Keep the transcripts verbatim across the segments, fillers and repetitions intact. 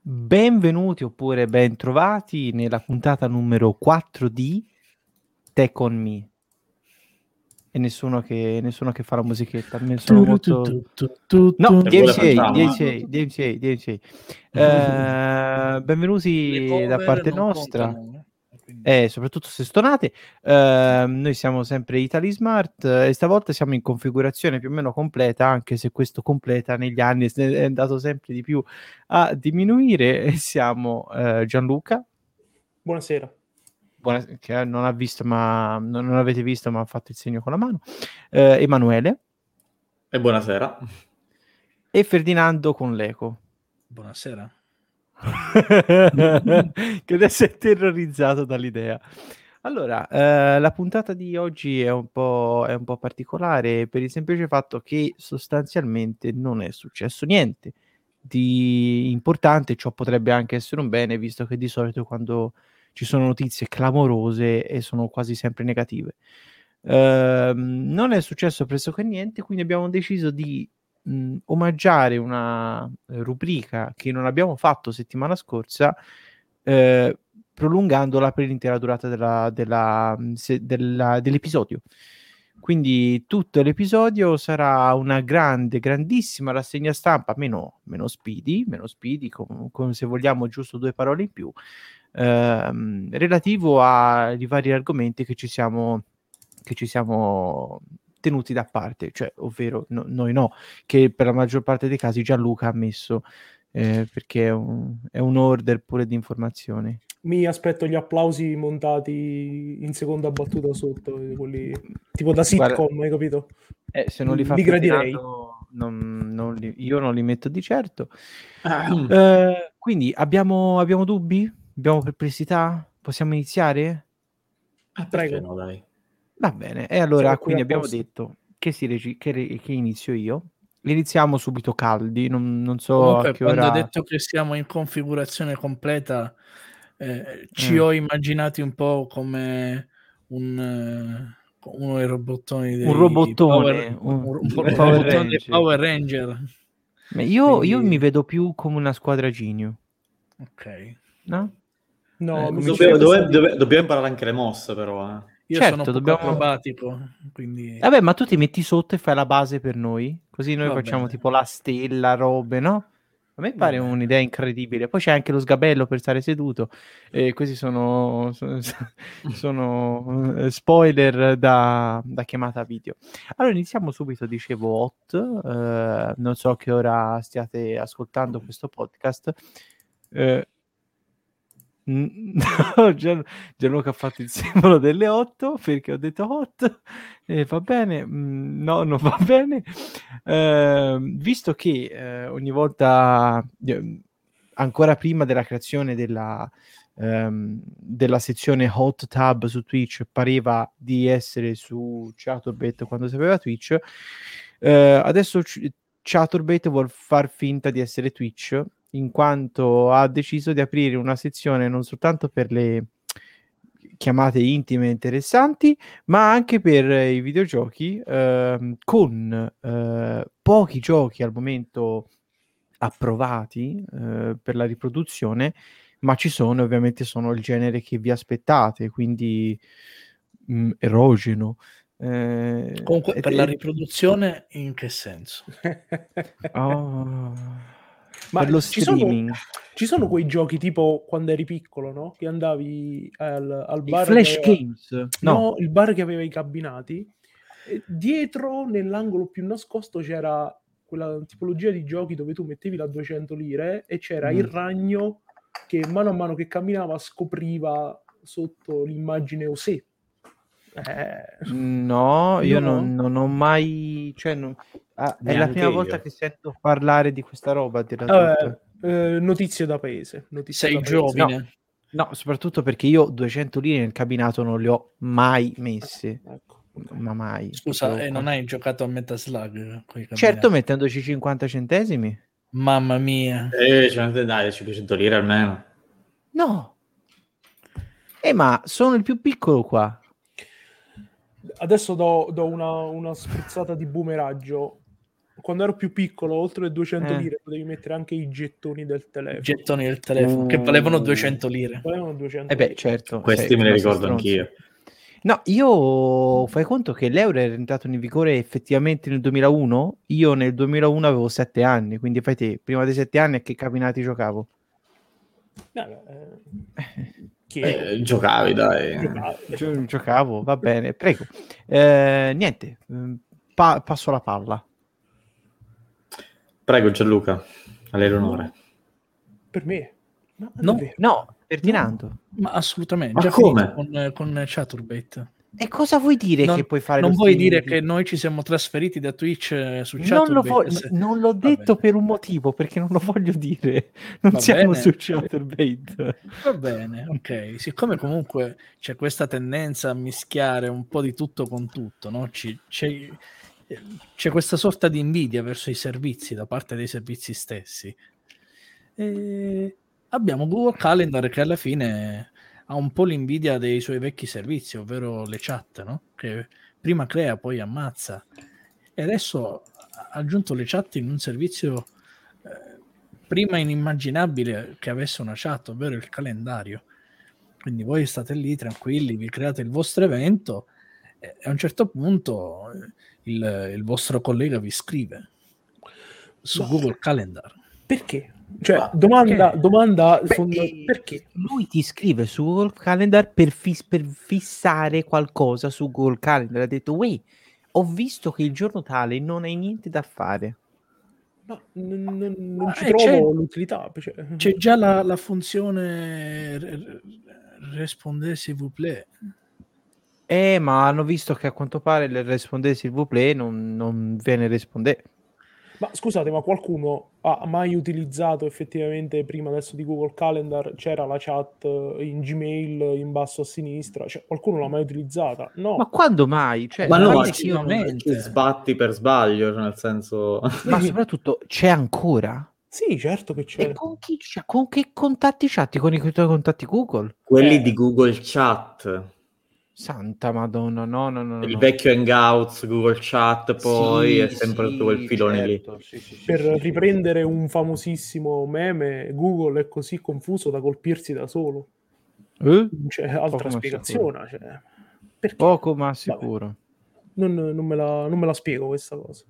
Benvenuti oppure ben trovati nella puntata numero quattro di Tech on Me. E nessuno che, nessuno che fa la musichetta. Me sono molto... No, E D M voi la C A, facciamo, D M C A, D M C A, D M C A. Eh, Le benvenuti da cover parte non nostra. contano, eh? Quindi... Eh, soprattutto se stonate. Eh, noi siamo sempre Italy Smart eh, e stavolta siamo in configurazione più o meno completa, anche se questo completa negli anni è andato sempre di più a diminuire. E siamo eh, Gianluca, Buonasera. buona- che non ha visto, ma non, non avete visto, ma ha fatto il segno con la mano. eh, Emanuele E buonasera. e Ferdinando con l'eco. Buonasera. Che adesso è terrorizzato dall'idea. Allora, eh, la puntata di oggi è un po', è un po' particolare per il semplice fatto che sostanzialmente non è successo niente di importante. Ciò potrebbe anche essere un bene, visto che di solito quando ci sono notizie clamorose e sono quasi sempre negative. Ehm, non è successo pressoché niente, quindi abbiamo deciso di mh, omaggiare una eh, rubrica che non abbiamo fatto settimana scorsa, eh, prolungandola per l'intera durata della- della, mh, se- della- dell'episodio. Quindi tutto l'episodio sarà una grande, grandissima rassegna stampa, meno, meno speedy, meno speedy, con, con, se vogliamo giusto due parole in più, ehm, relativo ai vari argomenti che ci siamo, che ci siamo tenuti da parte, cioè, ovvero no, noi no, che per la maggior parte dei casi Gianluca ha messo, eh, perché è un, è un order pure di informazioni. Mi aspetto gli applausi montati in seconda battuta sotto, eh, quelli tipo da sitcom, Guarda, hai capito? eh, se non li fa Li gradirei. Ferdinando, non, non li, io non li metto di certo. Eh, quindi abbiamo, abbiamo dubbi? Abbiamo perplessità? Possiamo iniziare? Ah, Prego. no, dai. Va bene, e allora Siamo qui quindi abbiamo apposta. detto che, si regi- che, re- che inizio io. Iniziamo subito caldi, non, non so a Comunque, che quando hai ora... detto che siamo in configurazione completa, eh, ci Eh. ho immaginati un po' come un, eh, uno dei robottoni dei Un robottone, Power, un, un, un un po- Power robottone dei Ranger. Power Ranger. Ma io, Quindi, io mi vedo più come una squadra Ginyu, ok. no? No, Eh, mi cominci- Dobbiamo, succede dove- questa di- dove- dobbiamo imparare anche le mosse, però. Eh. Io Certo, sono poco dobbiamo... acrobatico, quindi Vabbè, ma tu ti metti sotto e fai la base per noi, così noi va facciamo bene. tipo la stella, robe, no? A me Va pare bene. un'idea incredibile. Poi c'è anche lo sgabello per stare seduto. E questi sono, sono, sono, eh, spoiler da, da chiamata video. Allora iniziamo subito, dicevo, hot. Eh, non so che ora stiate ascoltando questo podcast. Eh, Mm, no, Gian- Gianluca ha fatto il simbolo delle otto perché ho detto hot e va bene, mm, no, non va bene. Eh, visto che eh, ogni volta, eh, ancora prima della creazione della, ehm, della sezione hot tab su Twitch, pareva di essere su Chaturbate quando si aveva Twitch, eh, adesso c- Chaturbate vuol far finta di essere Twitch, in quanto ha deciso di aprire una sezione non soltanto per le chiamate intime e interessanti, ma anche per i videogiochi, ehm, con eh, pochi giochi al momento approvati eh, per la riproduzione, ma ci sono, ovviamente sono il genere che vi aspettate, quindi mh, erogeno. Eh, Comunque, ed- per la ed- riproduzione, in che senso? oh, Ma per lo ci sono, streaming. ci sono quei giochi tipo quando eri piccolo, no? Che andavi al, al I bar che flash aveva... games? No, No. il bar che aveva i cabinati. E dietro, nell'angolo più nascosto, c'era quella tipologia di giochi dove tu mettevi la duecento lire e c'era Mm. il ragno che mano a mano che camminava scopriva sotto l'immagine Osè. Eh, No, io no? non, non ho mai... Cioè, non- ah, è la Neanche prima io. volta che sento parlare di questa roba, a dirla Eh, tutta. eh, notizie da paese. Notizie Sei da paese. giovine? No, soprattutto perché io duecento lire nel cabinato non le ho mai messe. Ecco. Ma mai. Scusa, Proprio e non qua. hai giocato a Metaslug? Coi Certo, cabinati? mettendoci cinquanta centesimi. Mamma mia. Eh, cioè, dai, cinquecento lire almeno. No. Eh, ma sono il più piccolo qua. Adesso do, do una, una spruzzata di boomeraggio. quando ero più piccolo, oltre le duecento Eh. lire, potevi mettere anche i gettoni del telefono. Gettoni del telefono, che Uh. valevano duecento lire. Valevano duecento Eh beh, lire. certo. Questi sei me li classe ricordo stronzi. anch'io. No, io fai conto che l'euro è entrato in vigore effettivamente nel duemilauno. Io nel duemilauno avevo sette anni, quindi fai te, prima dei sette anni a che cabinati giocavo? Eh, eh, chiedo. Eh, giocavi, dai. Giocavo. Gio- giocavo, va bene, prego. Eh, niente, mm, pa- passo la palla. Prego Gianluca, a lei l'onore. Per me? No, No. davvero? No, Ferdinando. Ma assolutamente, Ma già come? finito con, con Chaturbate. E cosa vuoi dire Non, che puoi fare non lo vuoi streaming dire di- che noi ci siamo trasferiti da Twitch eh, su Non, Chaturbate? lo vo- Se- non l'ho Va detto bene. per un motivo, perché non lo voglio dire. Non Va siamo bene. su Chaturbate. Va bene, ok. Siccome comunque c'è questa tendenza a mischiare un po' di tutto con tutto, no? Ci- c'è, c'è questa sorta di invidia verso i servizi da parte dei servizi stessi. E abbiamo Google Calendar che alla fine ha un po' l'invidia dei suoi vecchi servizi, ovvero le chat, no? Che prima crea, poi ammazza. E adesso ha aggiunto le chat in un servizio eh, prima inimmaginabile che avesse una chat, ovvero il calendario. Quindi voi state lì tranquilli, vi create il vostro evento e a un certo punto eh, il, il vostro collega vi scrive su Ma- Google Calendar. Perché? Cioè, Ma domanda, perché? domanda Beh, fonda- eh, perché? Lui ti scrive su Google Calendar per, fis- per fissare qualcosa su Google Calendar. Ha detto, uè, ho visto che il giorno tale non hai niente da fare. Ma non, non- non Ma, ci eh, trovo c'è- l'utilità. Cioè, C'è già la, la funzione r- r- Respondez s'il vous plaît. Eh, ma hanno visto che a quanto pare il rispondere s'il vous plaît non, non viene rispondere. Ma scusate, ma qualcuno ha mai utilizzato effettivamente prima adesso di Google Calendar? C'era la chat in Gmail in basso a sinistra? Cioè, qualcuno l'ha mai utilizzata? No. Ma quando mai? Cioè, Ma no, ma veramente sì, che io non- ultimamente. che sbatti per sbaglio, cioè nel senso... Ma soprattutto c'è ancora? Sì, certo che c'è. E con chi c'ha- con che contatti chatti? Con i tuoi contatti Google? Quelli Eh. di Google Chat, Santa Madonna, no, no, no, no. il no. vecchio Hangouts, Google Chat, poi Sì, è sempre sì, su quel filone lì. certo, sì, sì, sì, Per sì, sì. riprendere un famosissimo meme, Google è così confuso da colpirsi da solo. Eh? Non c'è altra Poco ma spiegazione. Cioè, perché? Poco ma Vabbè, sicuro. non, non me la, non me la spiego questa cosa.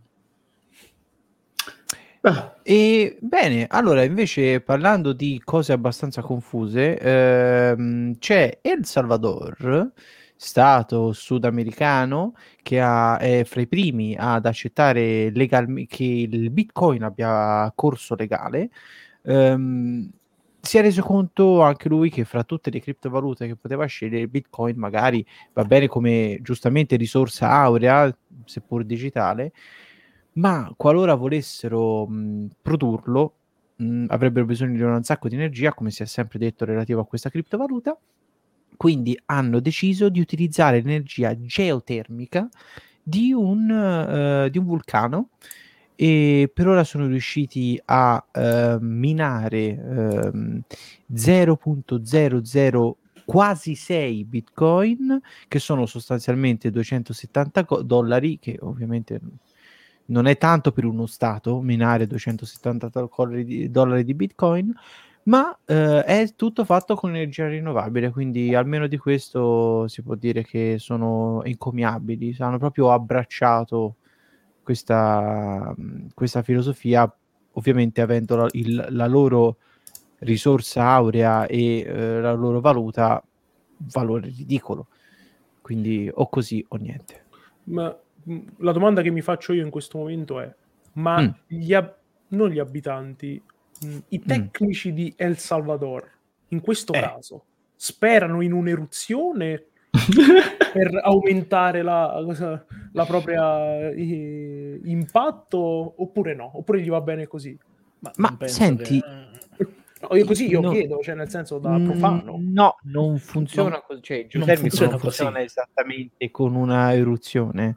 Beh, E bene, allora invece parlando di cose abbastanza confuse, ehm, c'è El Salvador, stato sudamericano che ha- è fra i primi ad accettare legalmente che il Bitcoin abbia corso legale. Ehm, si è reso conto anche lui che fra tutte le criptovalute che poteva scegliere, il Bitcoin magari va bene come giustamente risorsa aurea, seppur digitale, ma qualora volessero mh, produrlo, mh, avrebbero bisogno di un sacco di energia, come si è sempre detto relativo a questa criptovaluta. Quindi hanno deciso di utilizzare l'energia geotermica di un, eh, di un vulcano e per ora sono riusciti a eh, minare ehm, zero virgola zero zero quasi sei bitcoin, che sono sostanzialmente duecentosettanta co- dollari, che ovviamente non è tanto per uno stato minare duecentosettanta dollari di, dollari di bitcoin, ma eh, è tutto fatto con energia rinnovabile, quindi almeno di questo si può dire che sono encomiabili, hanno proprio abbracciato questa, mh, questa filosofia, ovviamente avendo la, il- la loro risorsa aurea e eh, la loro valuta valore ridicolo, quindi o così o niente. Ma mh, la domanda che mi faccio io in questo momento è: ma Mm. gli ab- non gli abitanti, mh, i tecnici di El Salvador, in questo Eh. caso, sperano in un'eruzione per aumentare la, la propria eh, impatto oppure no? Oppure gli va bene così? Ma, Ma non penso senti, che- No, io così io No. chiedo, cioè nel senso da profano. Mm, no, non funziona così, cioè il non geotermico funziona non funziona così. esattamente con una eruzione.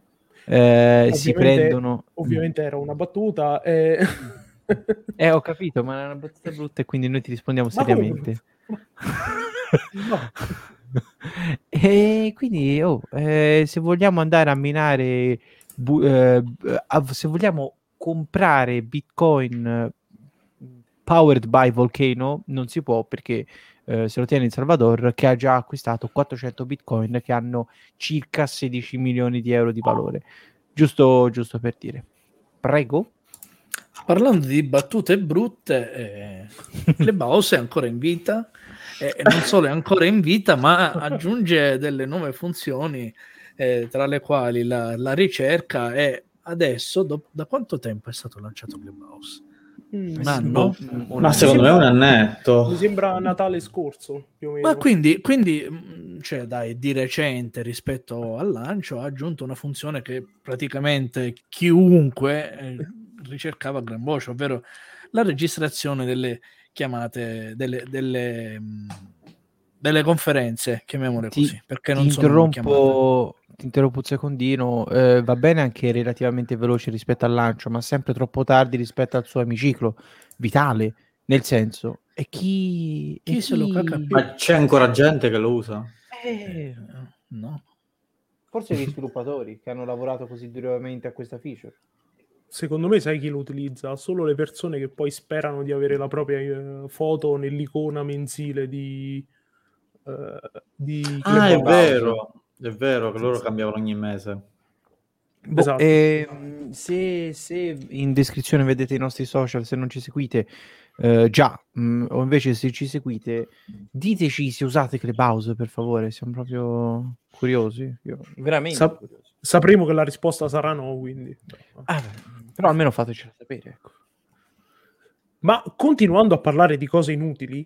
Eh, si Ovviamente- prendono... Ovviamente era una battuta. eh. Eh, ho capito, ma è una battuta brutta e quindi noi ti rispondiamo Ma come seriamente. brutta? No. E quindi, oh, eh, se vogliamo andare a minare, bu- eh, b- a- se vogliamo comprare Bitcoin eh, powered by Volcano non si può perché eh, se lo tiene in Salvador, che ha già acquistato quattrocento Bitcoin che hanno circa sedici milioni di euro di valore. Giusto, giusto per dire. Prego. Parlando di battute brutte, eh, Clubhouse è ancora in vita, e eh, non solo è ancora in vita, ma aggiunge delle nuove funzioni, eh, tra le quali la, la ricerca. E adesso, do, da quanto tempo è stato lanciato Clubhouse? Mm, Un anno? Un Ma secondo me è un annetto. Mi sembra Natale scorso, più o meno. Ma quindi, quindi, cioè dai, di recente rispetto al lancio ha aggiunto una funzione che praticamente chiunque eh, ricercava a gran voce, ovvero la registrazione delle chiamate, delle, delle, delle conferenze, chiamiamole Ti, così, perché ti non sono chiamate. interrompo, ti interrompo un secondino, eh, va bene anche relativamente veloce rispetto al lancio, ma sempre troppo tardi rispetto al suo emiciclo vitale, nel senso, e chi... Chi e se lo caga più? Ma c'è ancora gente che lo usa? Eh, No. forse gli sviluppatori che hanno lavorato così duramente a questa feature. Secondo me sai chi lo utilizza? Solo le persone che poi sperano di avere la propria eh, foto nell'icona mensile di, eh, di Ah, è Clubhouse. vero, è vero che loro cambiavano ogni mese. Boh, Esatto. ehm, se, se in descrizione vedete i nostri social, se non ci seguite eh, già, mh, o invece se ci seguite, diteci se usate Clubhouse per favore, siamo proprio curiosi. Io, veramente Sa- curiosi. sapremo che la risposta sarà no, quindi. Ah, però almeno fatecelo sapere. Ecco. Ma continuando a parlare di cose inutili,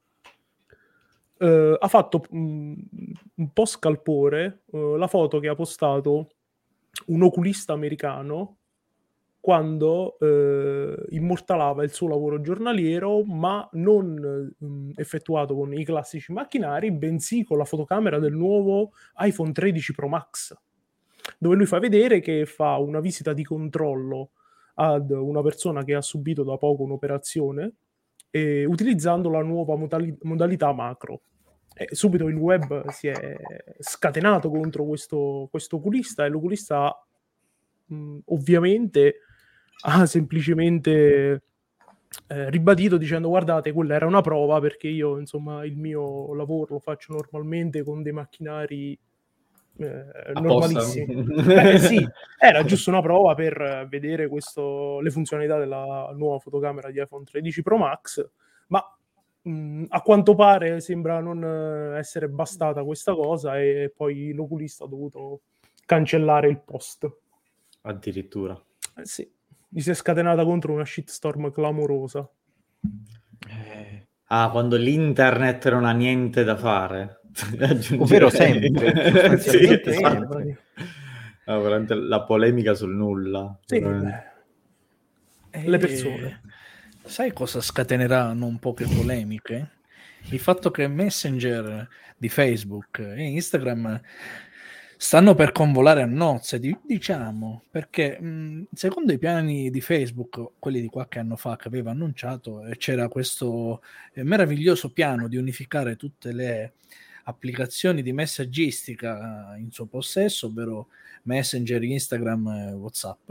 eh, ha fatto mh, un po' scalpore eh, la foto che ha postato un oculista americano quando eh, immortalava il suo lavoro giornaliero, ma non mh, effettuato con i classici macchinari, bensì con la fotocamera del nuovo iPhone tredici Pro Max, dove lui fa vedere che fa una visita di controllo ad una persona che ha subito da poco un'operazione, eh, utilizzando la nuova modali- modalità macro. E subito il web si è scatenato contro questo, questo oculista, e l'oculista mh, ovviamente ha semplicemente eh, ribadito dicendo: guardate, quella era una prova, perché io insomma il mio lavoro lo faccio normalmente con dei macchinari eh, normalissimi. Beh, sì, era giusto una prova per vedere questo, le funzionalità della nuova fotocamera di iPhone tredici Pro Max, ma mh, a quanto pare sembra non essere bastata questa cosa, e poi l'oculista ha dovuto cancellare il post. Addirittura. Eh, sì, gli si è scatenata contro una shitstorm clamorosa. Eh, Ah, quando l'internet non ha niente da fare. ovvero sempre, Sì, sostanzialmente esatto. sempre. No, veramente la polemica sul nulla. Sì, veramente. beh, le persone. Eh, sai cosa scatenerà non poche polemiche? Il fatto che Messenger di Facebook e Instagram stanno per convolare a nozze, di- diciamo, perché mh, secondo i piani di Facebook, quelli di qualche anno fa che aveva annunciato, eh, c'era questo eh, meraviglioso piano di unificare tutte le applicazioni di messaggistica eh, in suo possesso, ovvero Messenger, Instagram e WhatsApp,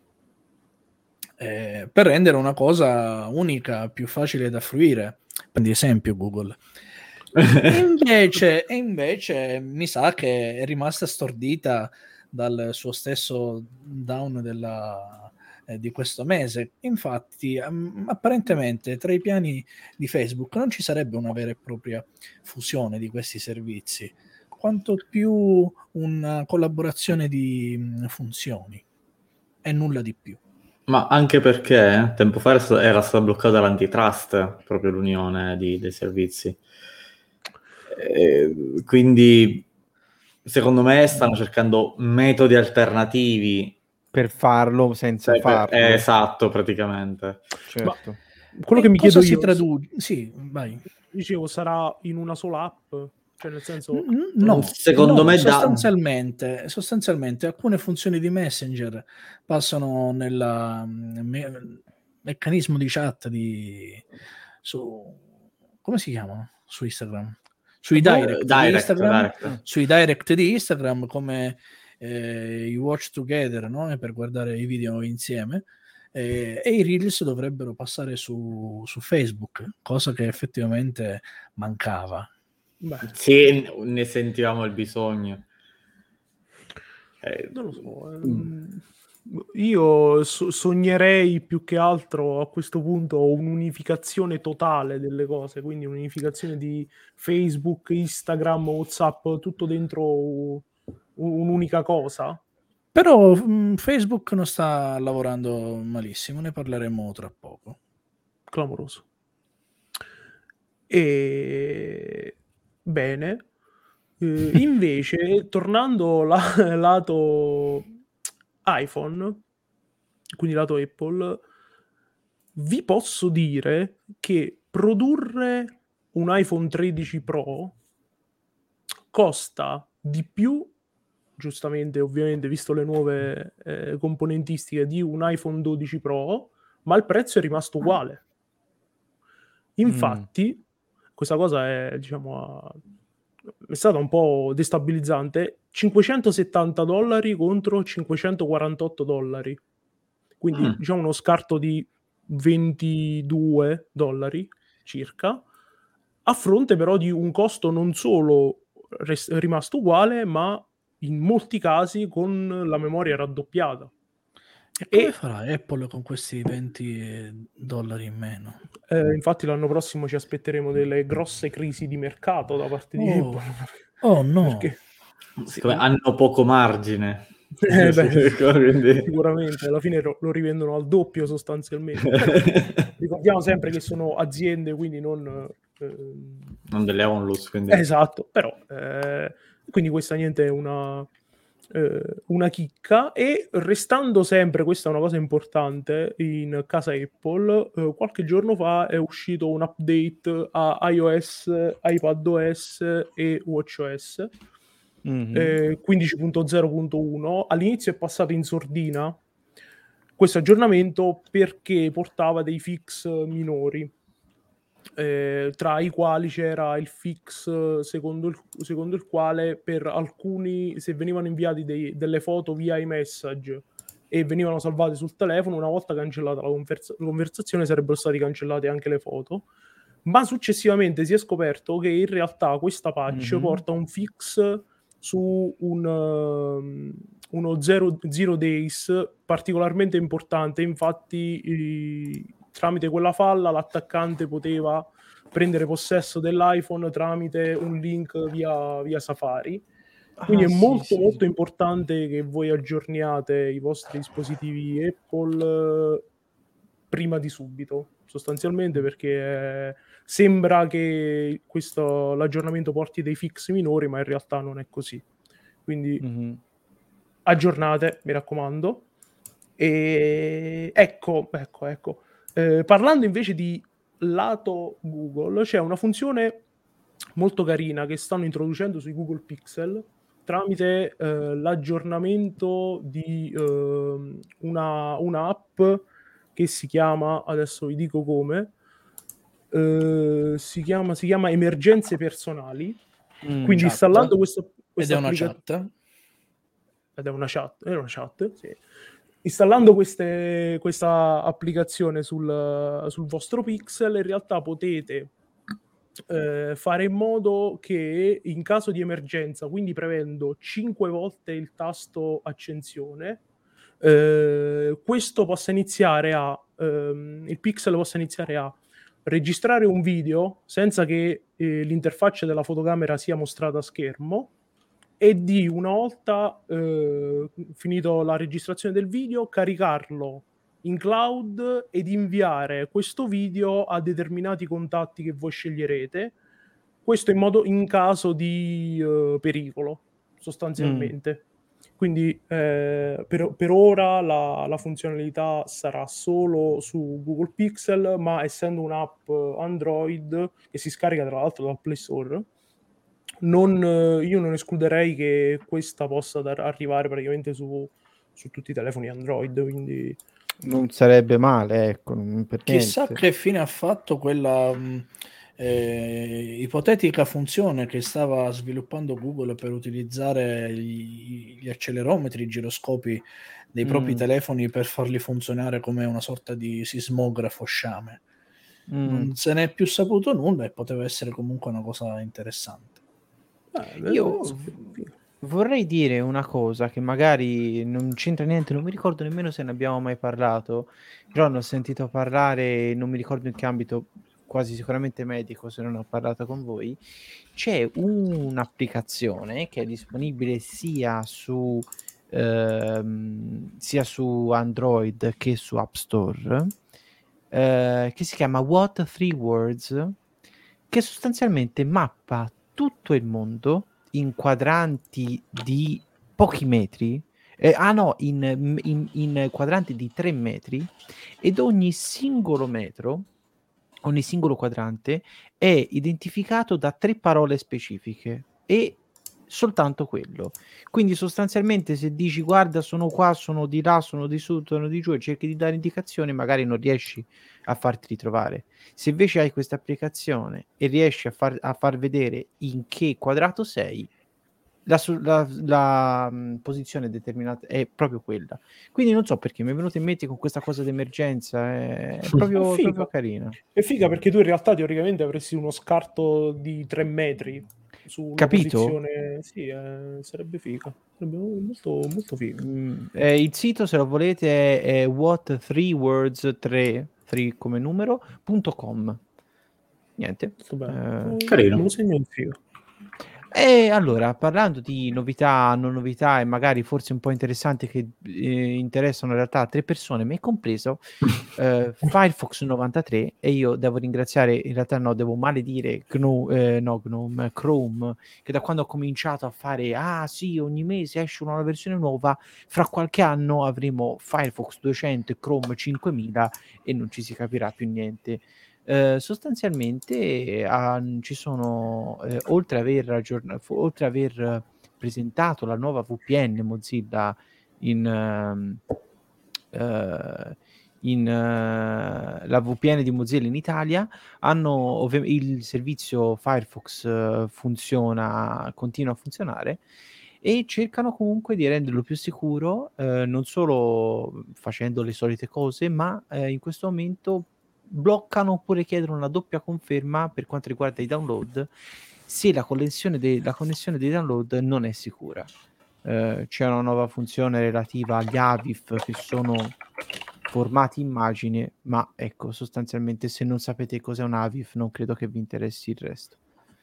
eh, per rendere una cosa unica, più facile da fruire. Prendi esempio Google. E invece, e invece mi sa che è rimasta stordita dal suo stesso down della, eh, di questo mese. Infatti, um, apparentemente tra i piani di Facebook non ci sarebbe una vera e propria fusione di questi servizi, quanto più una collaborazione di mh, funzioni e nulla di più. Ma anche perché tempo fa era sta- era stata bloccata l'antitrust, proprio l'unione di- dei servizi. Eh, quindi, secondo me, stanno cercando metodi alternativi Per farlo senza per- per- farlo. eh, esatto, praticamente. Certo. Quello E che mi cosa chiedo si io, traduce? Sì, vai. dicevo, sarà in una sola app? Cioè, nel senso, N- No, Secondo no, me da- sostanzialmente, sostanzialmente alcune funzioni di Messenger passano nel me- meccanismo di chat di su come si chiamano su Instagram? Sui Boh, direct, di Direct, Instagram, direct. sui direct di Instagram, come eh, i watch together, no? Per guardare i video insieme. eh, e i Reels dovrebbero passare su, su Facebook, cosa che effettivamente mancava. Beh, Sì, ne sentivamo il bisogno. Eh, non lo so. mm. ehm, Io so- sognerei più che altro a questo punto un'unificazione totale delle cose, quindi un'unificazione di Facebook, Instagram, WhatsApp, tutto dentro u- un'unica cosa. Però mh, Facebook non sta lavorando malissimo, ne parleremo tra poco. Clamoroso. E bene. Eh, invece, tornando la- lato iPhone, quindi lato Apple, vi posso dire che produrre un iPhone tredici Pro costa di più, giustamente, ovviamente, visto le nuove eh, componentistiche di un iPhone dodici Pro, ma il prezzo è rimasto uguale. Infatti, questa cosa è, diciamo, a- è stata un po' destabilizzante. cinquecentosettanta dollari contro cinquecentoquarantotto dollari. Quindi, Mm. diciamo, uno scarto di ventidue dollari circa, a fronte però di un costo non solo res- rimasto uguale, ma in molti casi con la memoria raddoppiata. E come E farà Apple con questi venti dollari in meno? eh, infatti l'anno prossimo ci aspetteremo delle grosse crisi di mercato da parte di Oh, Apple. oh no. Perché sì, Siccome hanno poco margine. eh, beh, Quindi- sicuramente alla fine lo, lo rivendono al doppio sostanzialmente. Però ricordiamo sempre che sono aziende, quindi non... ehm, Non delle onlus, quindi... Esatto, però eh, quindi questa niente è una, eh, una chicca. E restando sempre, questa è una cosa importante in casa Apple, eh, qualche giorno fa è uscito un update a iOS, iPadOS e WatchOS Mhm. eh, quindici punto zero punto uno. All'inizio è passato in sordina questo aggiornamento perché portava dei fix minori, eh, tra i quali c'era il fix secondo il, secondo il quale per alcuni, se venivano inviati dei, delle foto via iMessage e venivano salvate sul telefono, una volta cancellata la, conversa- la conversazione sarebbero state cancellate anche le foto. Ma successivamente si è scoperto che in realtà questa patch Mhm. porta un fix su un, um, uno zero, zero days particolarmente importante. Infatti i- tramite quella falla l'attaccante poteva prendere possesso dell'iPhone tramite un link via, via Safari. Quindi Ah, è sì, molto sì. molto importante che voi aggiorniate i vostri dispositivi Apple eh, prima di subito, sostanzialmente, perché eh, sembra che questo, l'aggiornamento porti dei fix minori, ma in realtà non è così. Quindi Mhm. aggiornate, mi raccomando. E ecco, ecco, ecco. Eh, parlando invece di lato Google, c'è una funzione molto carina che stanno introducendo sui Google Pixel tramite eh, l'aggiornamento di eh, una, una app che si chiama, adesso vi dico come, eh, si chiama, si chiama Emergenze Personali. Mm. Quindi Chat. installando questa, Ed questa è una applicazione, chat. ed è una chat, è una chat, sì. Installando queste, questa applicazione sul, sul vostro Pixel, in realtà potete eh, fare in modo che in caso di emergenza, quindi premendo cinque volte il tasto accensione, eh, questo possa iniziare a ehm, il Pixel possa iniziare a registrare un video senza che eh, l'interfaccia della fotocamera sia mostrata a schermo, e di una volta eh, finito la registrazione del video caricarlo in cloud ed inviare questo video a determinati contatti che voi sceglierete, questo in modo in caso di eh, pericolo sostanzialmente. Quindi eh, per, per ora la, la funzionalità sarà solo su Google Pixel, ma essendo un'app Android che si scarica tra l'altro dal Play Store, non, eh, io non escluderei che questa possa dar- arrivare praticamente su, su tutti i telefoni Android, quindi Non sarebbe male, ecco, non per Chissà niente. che fine ha fatto quella, mh, eh, ipotetica funzione che stava sviluppando Google per utilizzare gli, gli accelerometri, i giroscopi dei propri Mm. telefoni per farli funzionare come una sorta di sismografo sciame. Mm. Non se ne è più saputo nulla e poteva essere comunque una cosa interessante. Eh, Io eh, v- vorrei dire una cosa che magari non c'entra niente, non mi ricordo nemmeno se ne abbiamo mai parlato, però ne ho sentito parlare, non mi ricordo in che ambito, quasi sicuramente medico, se non ho parlato con voi. C'è un'applicazione che è disponibile sia su ehm, sia su Android che su App Store, eh, che si chiama What Three Words, che sostanzialmente mappa tutto il mondo in quadranti di pochi metri, eh, ah no, in, in, in quadranti di tre metri, ed ogni singolo metro, ogni singolo quadrante è identificato da tre parole specifiche e soltanto quello. Quindi sostanzialmente se dici guarda sono qua, sono di là, sono di su, sono di giù e cerchi di dare indicazioni, magari non riesci a farti ritrovare. Se invece hai questa applicazione e riesci a far, a far vedere in che quadrato sei, la, su- la, la mh, posizione determinata è proprio quella. Quindi non so perché mi è venuto in mente con questa cosa d'emergenza, è, è proprio, È figa. proprio carina. È figa perché tu in realtà teoricamente avresti uno scarto di tre metri su una Capito? posizione. Sì, eh, sarebbe figa. Sarebbe molto, molto figa. Mm, eh, il sito, se lo volete, è, è what three words tre, tre come numero, punto com. Niente. Molto bene. Eh, Me Carino. lo segno in figa. E allora, parlando di novità, non novità e magari forse un po' interessanti che eh, interessano in realtà tre persone, me compreso, eh, Firefox novantatré, e io devo ringraziare, in realtà no, devo maledire Gnome, eh, no, Gnome, Chrome, che da quando ho cominciato a fare, ah sì, ogni mese esce una versione nuova, fra qualche anno avremo Firefox duecento e Chrome cinquemila e non ci si capirà più niente. Eh, sostanzialmente eh, ah, ci sono, eh, oltre a aver, aggiorn- fu- oltre a aver eh, presentato la nuova V P N Mozilla in, ehm, eh, in eh, la V P N di Mozilla in Italia, hanno ovvi- il servizio Firefox eh, funziona, continua a funzionare e cercano comunque di renderlo più sicuro, eh, non solo facendo le solite cose, ma eh, in questo momento bloccano oppure chiedono una doppia conferma per quanto riguarda i download se la connessione, de- la connessione dei download non è sicura. Eh, c'è una nuova funzione relativa agli A V I F che sono formati immagine, ma ecco, sostanzialmente se non sapete cos'è un A V I F non credo che vi interessi il resto.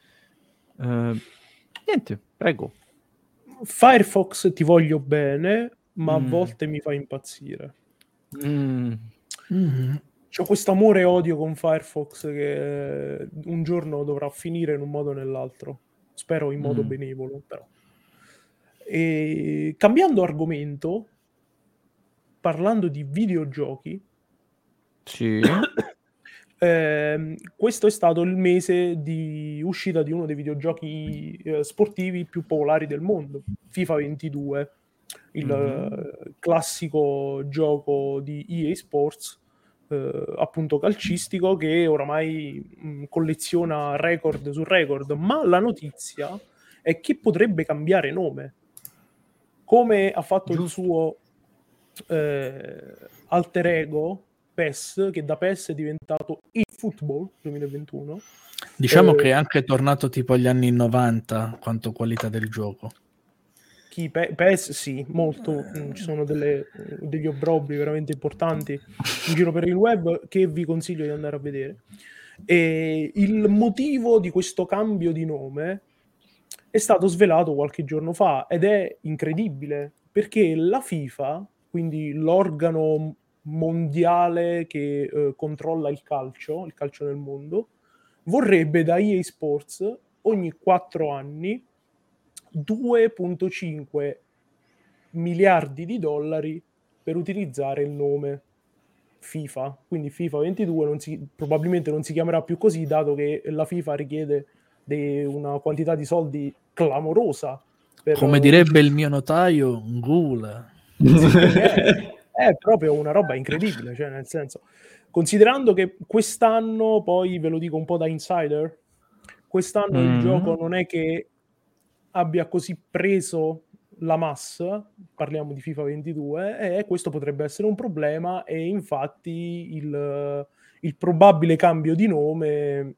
Eh, niente, prego. Firefox ti voglio bene, ma a Mm. volte mi fa impazzire. Mm. Mm-hmm. C'ho questo amore e odio con Firefox che un giorno dovrà finire in un modo o nell'altro. Spero in modo Mm. benevolo, però. E cambiando argomento, parlando di videogiochi, Sì. ehm, questo è stato il mese di uscita di uno dei videogiochi eh, sportivi più popolari del mondo, FIFA ventidue, il Mm. eh, classico gioco di E A Sports, eh, appunto calcistico, che oramai mh, colleziona record su record, ma la notizia è che potrebbe cambiare nome, come ha fatto il Giusto. suo eh, alter ego P E S, che da P E S è diventato eFootball duemilaventuno. Diciamo Eh, che è anche tornato tipo agli anni novanta quanto qualità del gioco. Chi P E S sì, molto. Mm, ci sono delle, degli obbrobri veramente importanti in giro per il web che vi consiglio di andare a vedere. E il motivo di questo cambio di nome è stato svelato qualche giorno fa ed è incredibile perché la FIFA, quindi l'organo mondiale che eh, controlla il calcio, il calcio nel mondo, vorrebbe da E A Sports ogni quattro anni due virgola cinque miliardi di dollari per utilizzare il nome FIFA. Quindi FIFA ventidue non si, probabilmente non si chiamerà più così, dato che la FIFA richiede de, una quantità di soldi clamorosa. Per, Come direbbe il mio notaio, un ghoul. sì, eh, è proprio una roba incredibile, cioè nel senso, considerando che quest'anno, poi ve lo dico un po' da insider, quest'anno Mm. il gioco non è che abbia così preso la massa, parliamo di FIFA ventidue, e questo potrebbe essere un problema, e infatti il, il probabile cambio di nome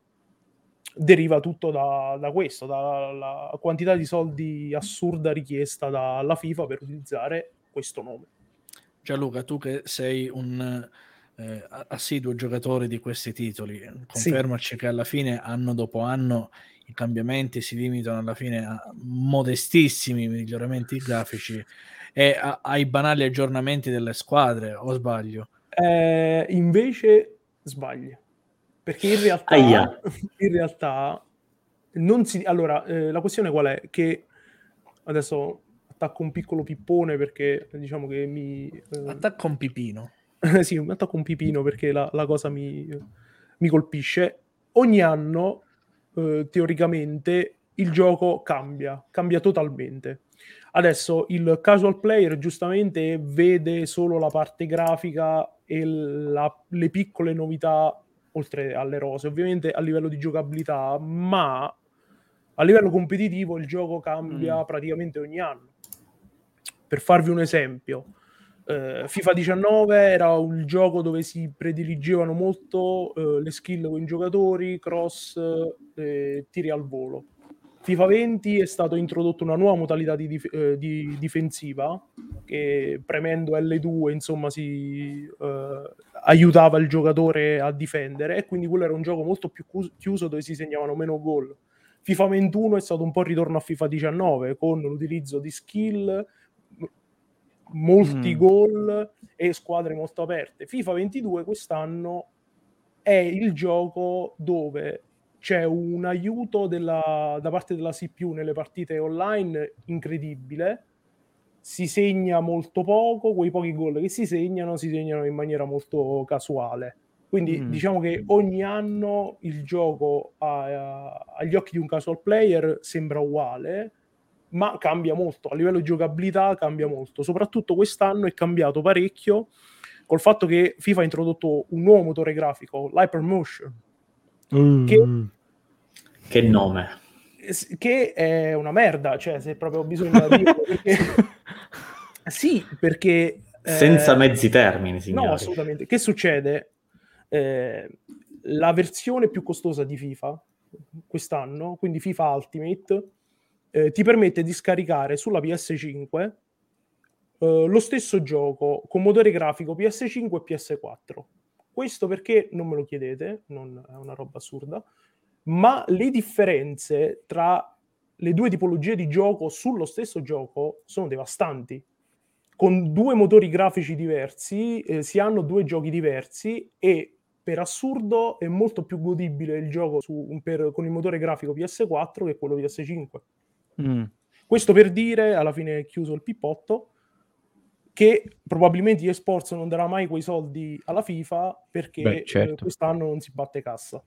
deriva tutto da, da questo, dalla quantità di soldi assurda richiesta dalla FIFA per utilizzare questo nome. Gianluca, tu che sei un eh, assiduo giocatore di questi titoli, confermaci sì. che alla fine, anno dopo anno, i cambiamenti si limitano alla fine a modestissimi miglioramenti grafici e a, ai banali aggiornamenti delle squadre, o sbaglio? Eh, invece sbagli, perché in realtà, in realtà non si... Allora, eh, la questione qual è? Che adesso attacco un piccolo pippone perché diciamo che mi... Eh... Attacco un pipino. sì, attacco un pipino perché la, la cosa mi, mi colpisce. Ogni anno, eh, teoricamente, il gioco cambia, cambia totalmente. Adesso il casual player giustamente vede solo la parte grafica e la, le piccole novità oltre alle rose, ovviamente a livello di giocabilità, ma a livello competitivo il gioco cambia mm. praticamente ogni anno. Per farvi un esempio, eh, FIFA diciannove era un gioco dove si prediligevano molto eh, le skill con i giocatori, cross, eh, tiri al volo. FIFA venti è stato introdotto una nuova modalità di, dif- eh, di difensiva che premendo L due insomma si eh, aiutava il giocatore a difendere, e quindi quello era un gioco molto più chiuso dove si segnavano meno gol. FIFA ventuno è stato un po' il ritorno a FIFA diciannove con l'utilizzo di skill, molti mm. gol e squadre molto aperte. FIFA ventidue quest'anno è il gioco dove c'è un aiuto della, da parte della C P U nelle partite online incredibile, si segna molto poco, quei pochi gol che si segnano si segnano in maniera molto casuale, quindi mm. diciamo che ogni anno il gioco a, a, agli occhi di un casual player sembra uguale, ma cambia molto, a livello di giocabilità cambia molto, soprattutto quest'anno è cambiato parecchio col fatto che FIFA ha introdotto un nuovo motore grafico, l'Hypermotion, mm. che, che nome? Che è una merda, cioè se proprio bisogna dirlo, perché... sì, perché... Senza eh... mezzi termini, signori. No, assolutamente. Che succede? Eh, la versione più costosa di FIFA quest'anno, quindi FIFA Ultimate, eh, ti permette di scaricare sulla P S cinque eh, lo stesso gioco con motore grafico P S cinque e P S quattro. Questo perché, non me lo chiedete, non è una roba assurda, ma le differenze tra le due tipologie di gioco sullo stesso gioco sono devastanti. Con due motori grafici diversi eh, si hanno due giochi diversi, e per assurdo è molto più godibile il gioco su, per, con il motore grafico P S quattro che quello P S cinque. Mm. Questo per dire, alla fine è chiuso il pippotto, che probabilmente eSports non darà mai quei soldi alla FIFA perché Beh, certo. eh, quest'anno non si batte cassa.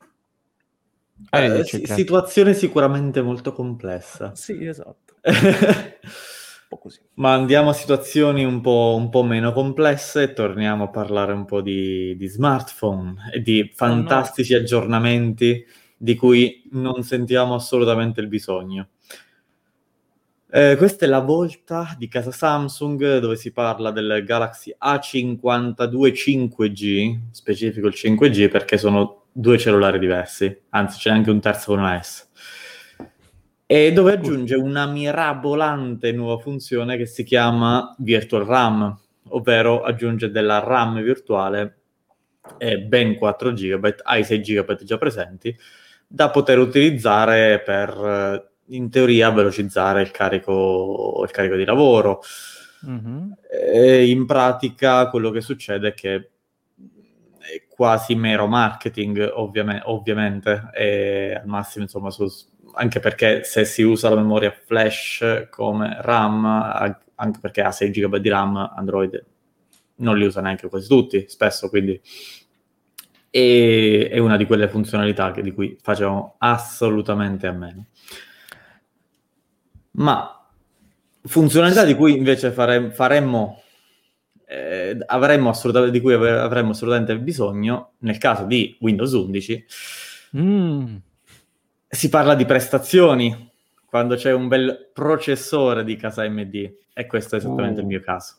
Eh, sì, situazione sicuramente molto complessa. Sì, esatto. Un po' così. Ma andiamo a situazioni un po', un po' meno complesse e torniamo a parlare un po' di, di smartphone e di fantastici oh no. aggiornamenti di cui non sentiamo assolutamente il bisogno. Eh, questa è la volta di casa Samsung, dove si parla del Galaxy A cinquantadue cinque G, specifico il cinque G perché sono due cellulari diversi, anzi c'è anche un terzo con una S, e dove aggiunge una mirabolante nuova funzione che si chiama Virtual RAM, ovvero aggiunge della RAM virtuale e ben quattro giga byte ai sei giga byte già presenti, da poter utilizzare per, in teoria, velocizzare il carico, il carico di lavoro. Mm-hmm. E in pratica quello che succede è che è quasi mero marketing, ovviamente, ovviamente e al massimo, insomma, su, anche perché se si usa la memoria flash come RAM, anche perché ha sei giga byte di RAM, Android non li usa neanche quasi tutti, spesso, quindi e, è una di quelle funzionalità che, di cui facciamo assolutamente a meno. Ma funzionalità di cui invece fare, faremmo eh, avremmo assolutamente, di cui avremmo assolutamente bisogno nel caso di Windows undici. Mm. Si parla di prestazioni quando c'è un bel processore di casa A M D, e questo è esattamente Uh. il mio caso.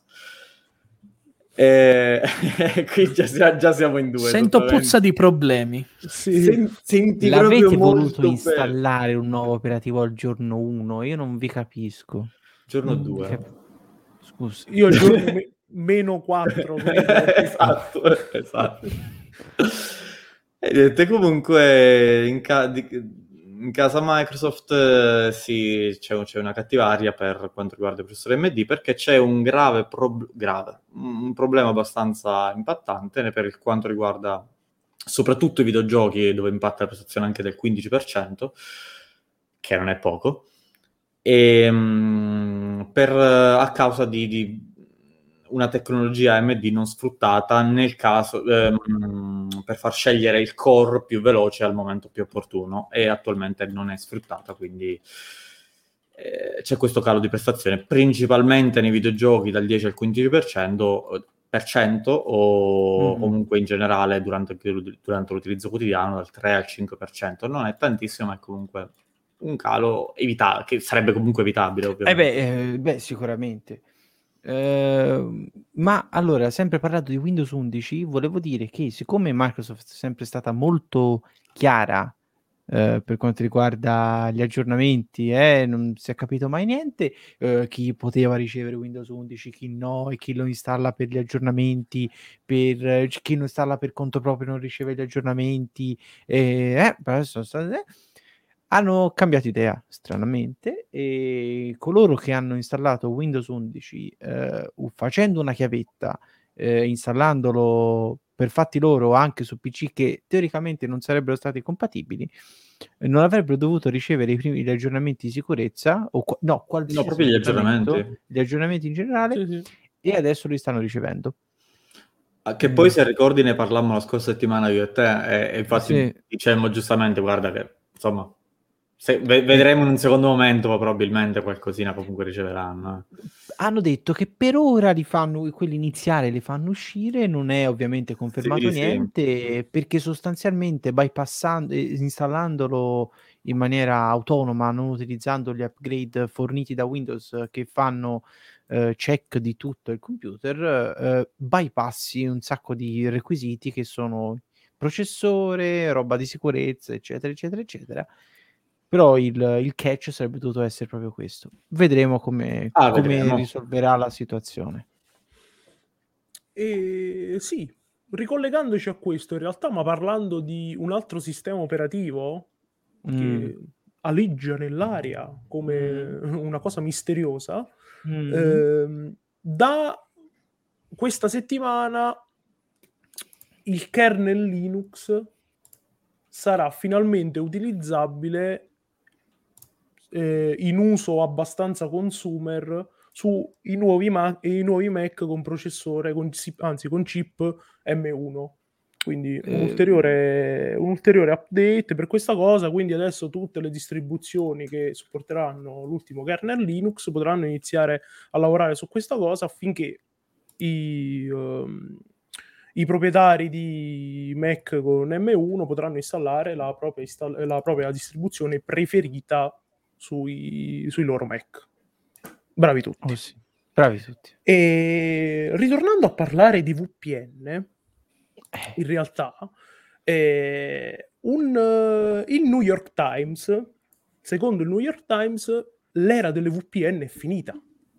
E... qui già, già siamo in due. Sento puzza di problemi. Sì. Sen- senti L'avete proprio voluto molto installare un nuovo operativo al giorno uno? Io non vi capisco. Giorno Non due. cap- Scusa. Io il giorno me- meno quattro, credo. perché- esatto, esatto. E niente, comunque in, ca- di- in casa Microsoft eh, sì, c'è, c'è una cattiva aria per quanto riguarda il processore A M D, perché c'è un grave, prob- grave un problema abbastanza impattante per quanto riguarda soprattutto i videogiochi, dove impatta la prestazione anche del quindici per cento, che non è poco, e, mh, per, a causa di, di una tecnologia A M D non sfruttata nel caso ehm, per far scegliere il core più veloce al momento più opportuno, e attualmente non è sfruttata, quindi eh, c'è questo calo di prestazione principalmente nei videogiochi dal dieci al quindici per cento per cento o Mm-hmm. comunque in generale durante, durante l'utilizzo quotidiano dal tre al cinque per cento. Non è tantissimo, ma è comunque un calo evita- che sarebbe comunque evitabile, ovviamente. Eh beh, eh, beh, sicuramente. Uh, ma allora, sempre parlando di Windows undici, volevo dire che siccome Microsoft è sempre stata molto chiara uh, per quanto riguarda gli aggiornamenti, eh, non si è capito mai niente, uh, chi poteva ricevere Windows undici, chi no, e chi lo installa per gli aggiornamenti, per eh, chi lo installa per conto proprio non riceve gli aggiornamenti, eh, eh, adesso, eh, hanno cambiato idea stranamente, e coloro che hanno installato Windows undici eh, facendo una chiavetta, eh, installandolo per fatti loro anche su P C che teoricamente non sarebbero stati compatibili, eh, non avrebbero dovuto ricevere i primi gli aggiornamenti di sicurezza o qua- no, qualsiasi No, proprio gli aggiornamento, aggiornamenti. gli aggiornamenti in generale, Sì, sì. e adesso li stanno ricevendo. Che poi, se ricordi, ne parlammo la scorsa settimana io e te, e, e infatti Sì. dicemmo giustamente, guarda che, insomma, se, ve- vedremo in un secondo momento, ma probabilmente qualcosina comunque riceveranno. eh. Hanno detto che per ora li fanno, quelli iniziali li fanno uscire, non è ovviamente confermato Sì, sì. niente, perché sostanzialmente bypassando, eh, installandolo in maniera autonoma, non utilizzando gli upgrade forniti da Windows eh, che fanno eh, check di tutto il computer, eh, bypassi un sacco di requisiti che sono processore, roba di sicurezza, eccetera, eccetera, eccetera. Però il, il catch sarebbe dovuto essere proprio questo. Vedremo come, Ah, come vedremo. risolverà la situazione. E sì, ricollegandoci a questo, in realtà, ma parlando di un altro sistema operativo Mm. che aleggia nell'aria come una cosa misteriosa, Mm. ehm, da questa settimana il kernel Linux sarà finalmente utilizzabile eh, in uso abbastanza consumer sui nuovi, ma- i nuovi Mac con processore, con, si- anzi con chip M uno. Quindi un Eh, ulteriore, un ulteriore update per questa cosa. Quindi adesso tutte le distribuzioni che supporteranno l'ultimo kernel Linux potranno iniziare a lavorare su questa cosa affinché i, um, i proprietari di Mac con M uno potranno installare la propria, install- la propria distribuzione preferita sui, sui loro Mac. Bravi tutti. oh sì. Bravi tutti. E ritornando a parlare di V P N, in realtà eh, un, uh, il New York Times, secondo il New York Times, l'era delle V P N è finita.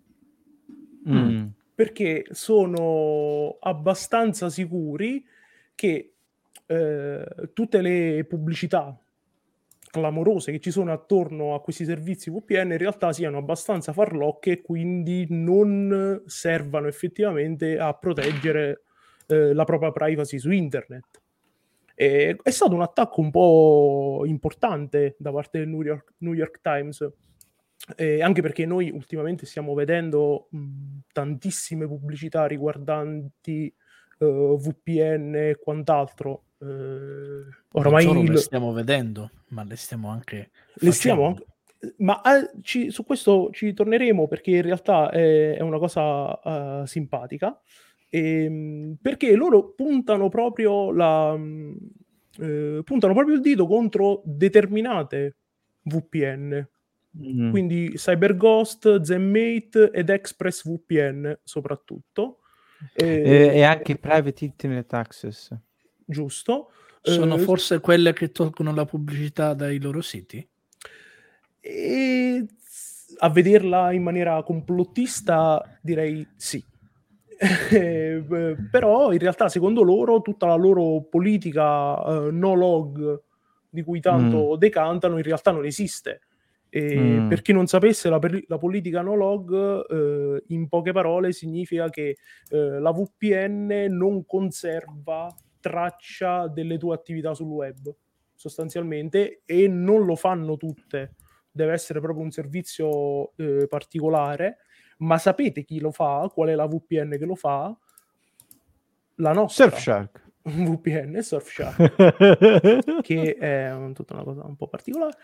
Mm. Perché sono abbastanza sicuri che eh, tutte le pubblicità clamorose che ci sono attorno a questi servizi V P N in realtà siano abbastanza farlocche e quindi non servano effettivamente a proteggere eh, la propria privacy su internet. E è stato un attacco un po' importante da parte del New York, New York Times, eh, anche perché noi ultimamente stiamo vedendo mh, tantissime pubblicità riguardanti uh, V P N e quant'altro. Uh, oramai non solo il... le stiamo vedendo, ma le stiamo anche le stiamo anche... ma eh, ci, su questo ci torneremo perché in realtà è, è una cosa uh, simpatica. E, perché loro puntano proprio la eh, puntano proprio il dito contro determinate V P N. Mm. Quindi CyberGhost, ZenMate ed ExpressVPN soprattutto. E, e, e anche Private Internet Access. Giusto. Sono eh, forse quelle che tolgono la pubblicità dai loro siti? E a vederla in maniera complottista direi sì. Però in realtà secondo loro tutta la loro politica uh, no log di cui tanto mm. decantano in realtà non esiste. E mm. per chi non sapesse, la, la politica no log eh, in poche parole significa che eh, la V P N non conserva traccia delle tue attività sul web sostanzialmente, e non lo fanno tutte, deve essere proprio un servizio eh, particolare. Ma sapete chi lo fa? Qual è la V P N che lo fa? La nostra Surfshark. V P N, Surfshark, che è un, tutta una cosa un po' particolare.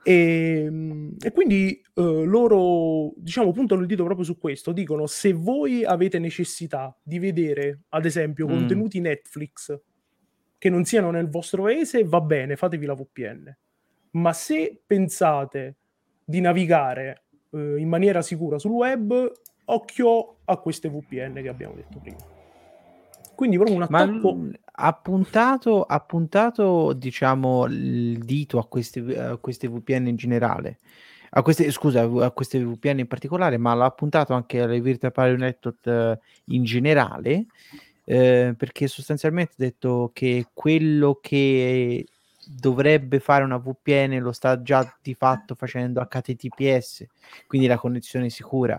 E, e quindi eh, loro, diciamo, puntano il dito proprio su questo. Dicono: se voi avete necessità di vedere, ad esempio, mm. contenuti Netflix che non siano nel vostro paese, va bene, fatevi la V P N. Ma se pensate di navigare eh, in maniera sicura sul web, occhio a queste V P N che abbiamo detto prima. Quindi proprio un attacco. Ma ha puntato, ha puntato, diciamo, il dito a queste, a queste V P N in generale, a queste, scusa, a queste V P N in particolare, ma l'ha puntato anche alle Virtual Private Network in generale, eh, perché sostanzialmente ha detto che quello che dovrebbe fare una V P N lo sta già di fatto facendo H T T P S, quindi la connessione sicura.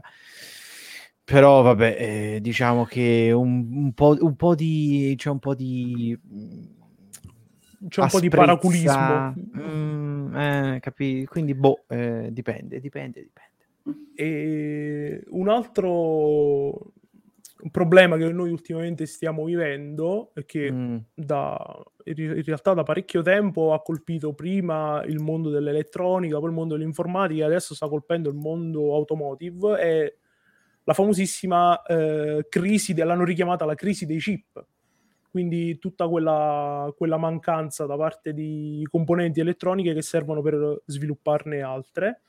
Però vabbè, eh, diciamo che un, un, po', un po' di c'è un po' di c'è un po' di paraculismo, mm, eh, capi? Quindi boh, eh, dipende, dipende, dipende. E un altro problema che noi ultimamente stiamo vivendo è che mm. da, in realtà da parecchio tempo ha colpito prima il mondo dell'elettronica, poi il mondo dell'informatica, adesso sta colpendo il mondo automotive, è la famosissima eh, crisi, de- l'hanno richiamata la crisi dei chip, quindi tutta quella, quella mancanza da parte di componenti elettroniche che servono per svilupparne altre.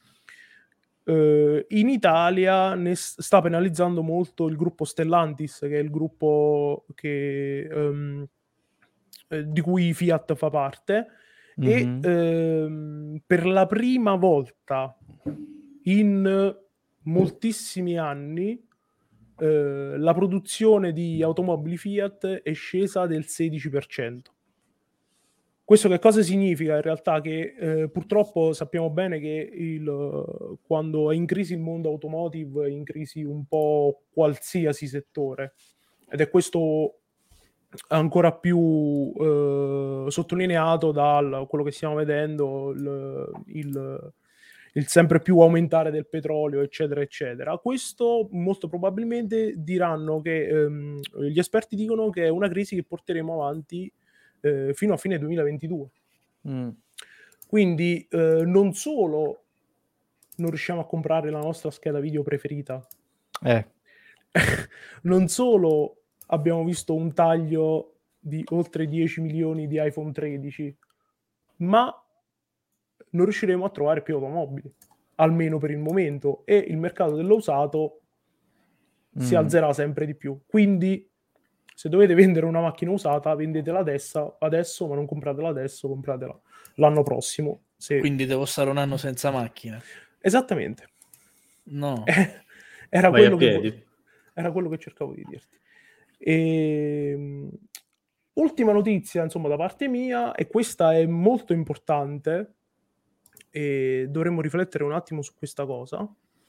Uh, in Italia ne sta penalizzando molto il gruppo Stellantis, che è il gruppo che, um, eh, di cui Fiat fa parte, mm-hmm. e um, per la prima volta in moltissimi anni uh, la produzione di automobili Fiat è scesa del sedici per cento. Questo che cosa significa in realtà? Che eh, purtroppo sappiamo bene che il, quando è in crisi il mondo automotive è in crisi un po' qualsiasi settore, ed è questo ancora più eh, sottolineato da quello che stiamo vedendo, il, il, il sempre più aumentare del petrolio, eccetera eccetera. Questo molto probabilmente diranno che ehm, gli esperti dicono che è una crisi che porteremo avanti Eh, fino a fine duemilaventidue. Mm. Quindi eh, non solo non riusciamo a comprare la nostra scheda video preferita, eh. non solo abbiamo visto un taglio di oltre dieci milioni di iPhone tredici, ma non riusciremo a trovare più automobili, almeno per il momento, e il mercato dell'usato mm. si alzerà sempre di più. Quindi se dovete vendere una macchina usata, vendetela adesso, adesso, ma non compratela adesso, compratela l'anno prossimo. Se... Quindi devo stare un anno senza macchina. Esattamente. No. Era, quello che, era quello che cercavo di dirti. E... ultima notizia, insomma, da parte mia, e questa è molto importante, e dovremmo riflettere un attimo su questa cosa.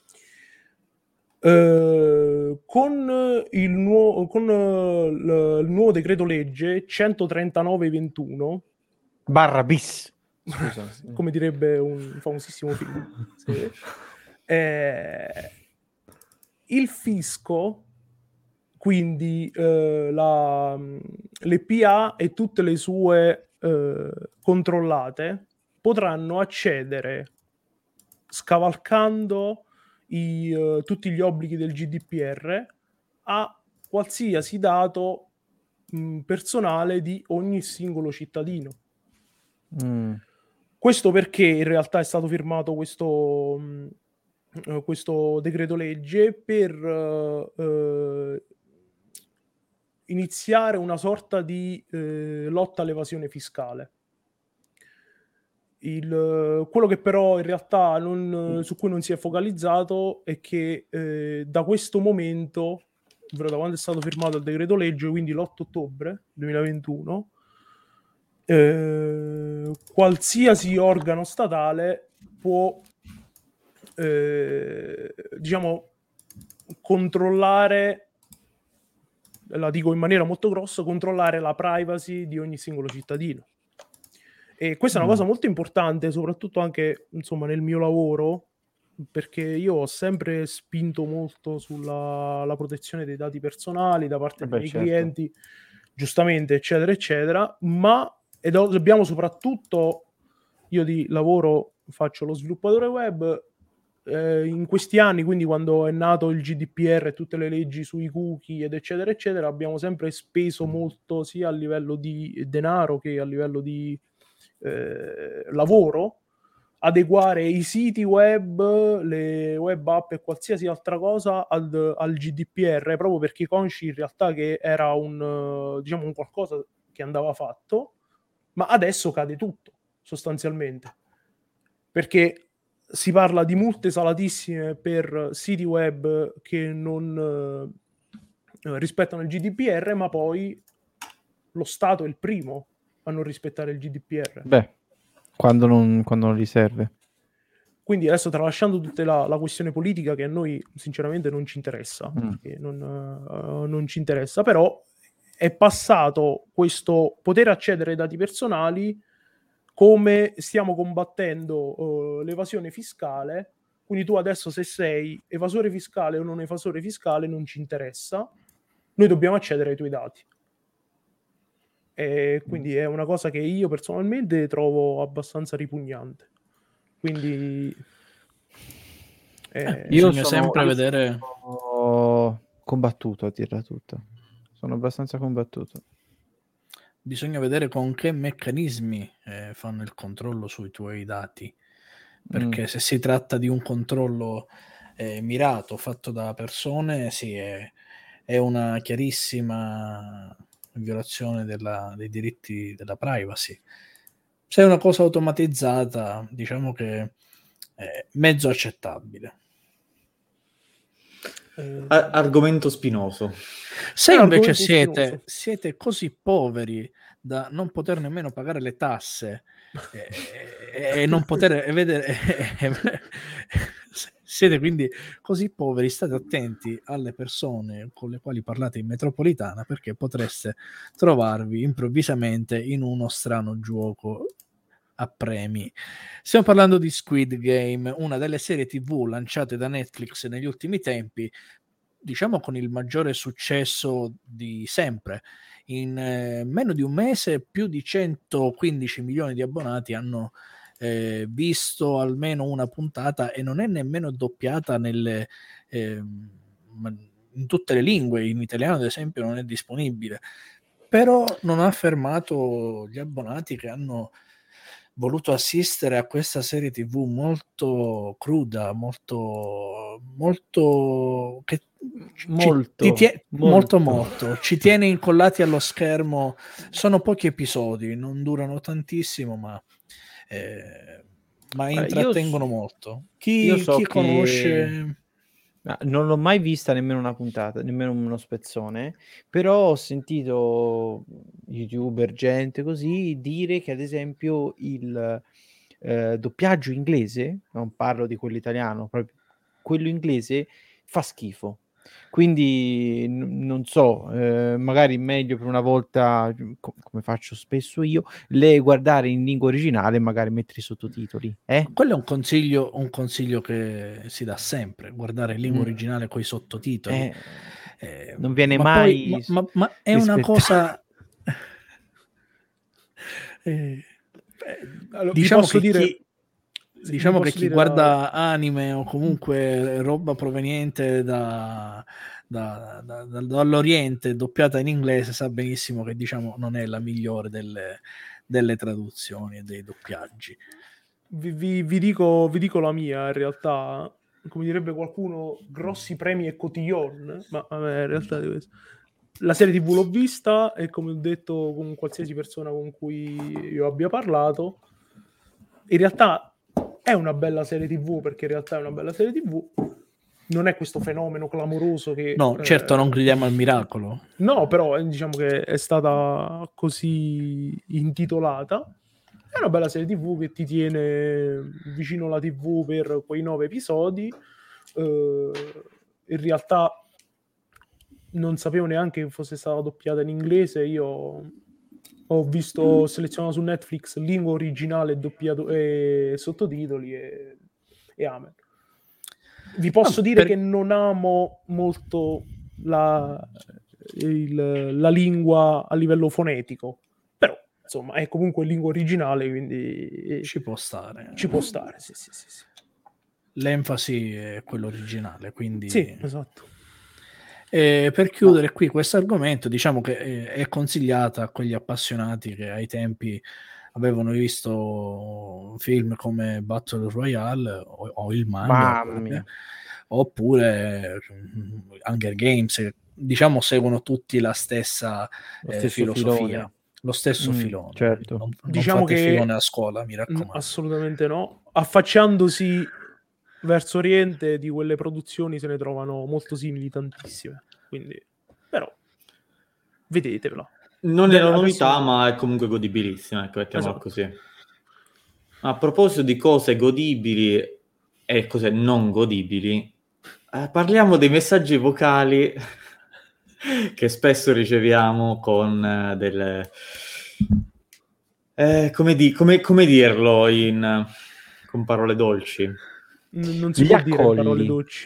Uh, con il nuovo con uh, l- il nuovo decreto legge centotrentanove ventuno barra bis, scusa, come direbbe un famosissimo film, sì. eh, il fisco, quindi uh, la, le P A e tutte le sue uh, controllate potranno accedere scavalcando I, uh, tutti gli obblighi del G D P R a qualsiasi dato mh, personale di ogni singolo cittadino. Mm. Questo perché in realtà è stato firmato questo, mh, eh, questo decreto legge per uh, uh, iniziare una sorta di uh, lotta all'evasione fiscale. Il, quello che però in realtà non, su cui non si è focalizzato è che eh, da questo momento, ovvero da quando è stato firmato il decreto legge, quindi l'otto ottobre duemilaventuno, eh, qualsiasi organo statale può eh, diciamo controllare, la dico in maniera molto grossa, controllare la privacy di ogni singolo cittadino. E questa è una cosa molto importante, soprattutto anche insomma nel mio lavoro, perché io ho sempre spinto molto sulla la protezione dei dati personali da parte Eh dei beh, miei certo. clienti, giustamente, eccetera, eccetera, ma ed abbiamo soprattutto, io di lavoro faccio lo sviluppatore web, eh, in questi anni, quindi quando è nato il G D P R e tutte le leggi sui cookie ed eccetera, eccetera, abbiamo sempre speso molto sia a livello di denaro che a livello di Eh, lavoro, adeguare i siti web, le web app e qualsiasi altra cosa al, al G D P R, proprio perché consci in realtà che era un, diciamo, un qualcosa che andava fatto, ma adesso cade tutto sostanzialmente, perché si parla di multe salatissime per siti web che non eh, rispettano il G D P R, ma poi lo Stato è il primo a non rispettare il G D P R. Beh, quando non, quando non gli serve. Quindi adesso, tralasciando tutta la, la questione politica che a noi sinceramente non ci interessa, Mm. perché non, uh, non ci interessa, però è passato questo poter accedere ai dati personali come stiamo combattendo uh, l'evasione fiscale. Quindi tu adesso, se sei evasore fiscale o non evasore fiscale, non ci interessa, noi dobbiamo accedere ai tuoi dati. E quindi è una cosa che io personalmente trovo abbastanza ripugnante. Quindi eh, io bisogna sono, sempre io vedere sono combattuto, a dirla tutta. Sono abbastanza combattuto. bisogna vedere con che meccanismi eh, fanno il controllo sui tuoi dati, perché Mm. se si tratta di un controllo eh, mirato fatto da persone, sì, è, è una chiarissima violazione della, dei diritti della privacy. Se è una cosa automatizzata, diciamo che è mezzo accettabile. eh, Ar- argomento spinoso. Se È un invece argomento siete, spinoso. siete così poveri da non poter nemmeno pagare le tasse e, e- e non poter e vedere, siete quindi così poveri, state attenti alle persone con le quali parlate in metropolitana, perché potreste trovarvi improvvisamente in uno strano gioco a premi. Stiamo parlando di Squid Game, una delle serie tivù lanciate da Netflix negli ultimi tempi, diciamo con il maggiore successo di sempre. In eh, meno di un mese più di centoquindici milioni di abbonati hanno eh, visto almeno una puntata, e non è nemmeno doppiata nelle, eh, in tutte le lingue. In italiano ad esempio non è disponibile, però non ha fermato gli abbonati che hanno voluto assistere a questa serie tivù molto cruda, molto molto che Molto, ci, ti tie- molto molto. molto ci tiene incollati allo schermo. Sono pochi episodi, non durano tantissimo, ma eh, ma intrattengono io, molto. Chi, io so chi che conosce non l'ho mai vista nemmeno una puntata, nemmeno uno spezzone, però ho sentito youtuber, gente così, dire che ad esempio il eh, doppiaggio inglese, non parlo di quello italiano, proprio quello inglese fa schifo. Quindi n- non so, eh, magari meglio per una volta, co- come faccio spesso io, le guardare in lingua originale e magari mettere i sottotitoli. Eh? Quello è un consiglio, un consiglio che si dà sempre, guardare in lingua Mm. originale coi sottotitoli. Eh, Eh, non viene ma mai poi, ma, ma, ma è una rispettato. cosa eh, Allora, vi diciamo posso che dire, chi... diciamo che chi guarda la... anime o comunque roba proveniente da, da, da, da, dall'Oriente doppiata in inglese sa benissimo che diciamo non è la migliore delle, delle traduzioni e dei doppiaggi. Vi, vi, vi, dico, vi dico la mia, in realtà, come direbbe qualcuno, grossi premi e cotillon, ma vabbè, in realtà la serie tivù l'ho vista e come ho detto con qualsiasi persona con cui io abbia parlato, in realtà è una bella serie tivù, perché in realtà è una bella serie tivù, non è questo fenomeno clamoroso che... No, eh, certo non gridiamo al miracolo. No, però diciamo che è stata così intitolata. È una bella serie tivù che ti tiene vicino alla tivù per quei nove episodi. Uh, in realtà non sapevo neanche che fosse stata doppiata in inglese. Io ho visto selezionato su Netflix lingua originale doppiato e sottotitoli e, e amen. Vi posso ah, dire per... che non amo molto la, il, la lingua a livello fonetico, però insomma è comunque lingua originale, quindi ci può stare. Ci può stare, sì, sì, sì, sì. L'enfasi è quello originale, quindi... Sì, esatto. E per chiudere qui questo argomento, diciamo che è consigliata a quegli appassionati che ai tempi avevano visto film come Battle Royale o, o il manga, oppure, oppure Hunger Games, diciamo seguono tutti la stessa eh, filosofia. Filone. Lo stesso mm, filone, certo. non, non diciamo fate che filone a scuola, mi raccomando. Assolutamente no. Affacciandosi verso Oriente, di quelle produzioni se ne trovano molto simili, tantissime. Quindi, però, vedetevela. Non è una novità, adesso... ma è comunque godibilissima, ecco, mettiamola esatto. così. A proposito di cose godibili e cose non godibili, eh, parliamo dei messaggi vocali che spesso riceviamo con eh, delle... Eh, come, di, come, come dirlo in, con parole dolci? N- non si Gli può accogli. dire parole dolci.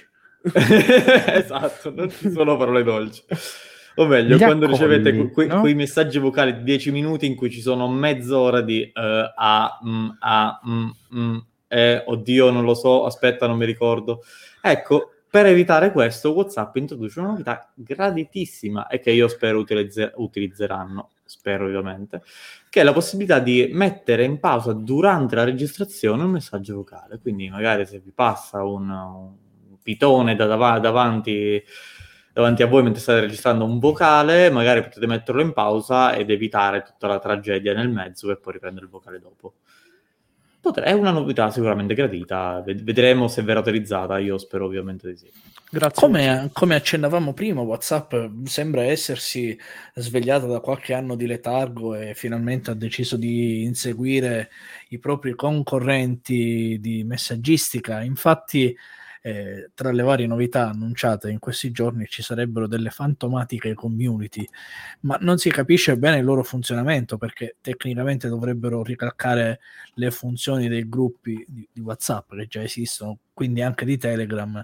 Esatto, non ci sono parole dolci. O meglio, Gli quando accogli, ricevete que- no? quei messaggi vocali di dieci minuti in cui ci sono mezz'ora di uh, a, mm, a, mm, mm, eh, oddio, non lo so, aspetta, non mi ricordo. Ecco, per evitare questo, WhatsApp introduce una novità graditissima e che io spero utilizze- utilizzeranno, spero ovviamente, che è la possibilità di mettere in pausa durante la registrazione un messaggio vocale. Quindi magari se vi passa un, un pitone da dav- davanti... davanti a voi mentre state registrando un vocale, magari potete metterlo in pausa ed evitare tutta la tragedia nel mezzo e poi riprendere il vocale dopo. Potre- è una novità sicuramente gradita, Ved- vedremo se verrà utilizzata, io spero ovviamente di sì. Grazie. Come, come accennavamo prima, WhatsApp sembra essersi svegliata da qualche anno di letargo e finalmente ha deciso di inseguire i propri concorrenti di messaggistica. Infatti Eh, tra le varie novità annunciate in questi giorni ci sarebbero delle fantomatiche community, ma non si capisce bene il loro funzionamento, perché tecnicamente dovrebbero ricalcare le funzioni dei gruppi di, di WhatsApp che già esistono, quindi anche di Telegram,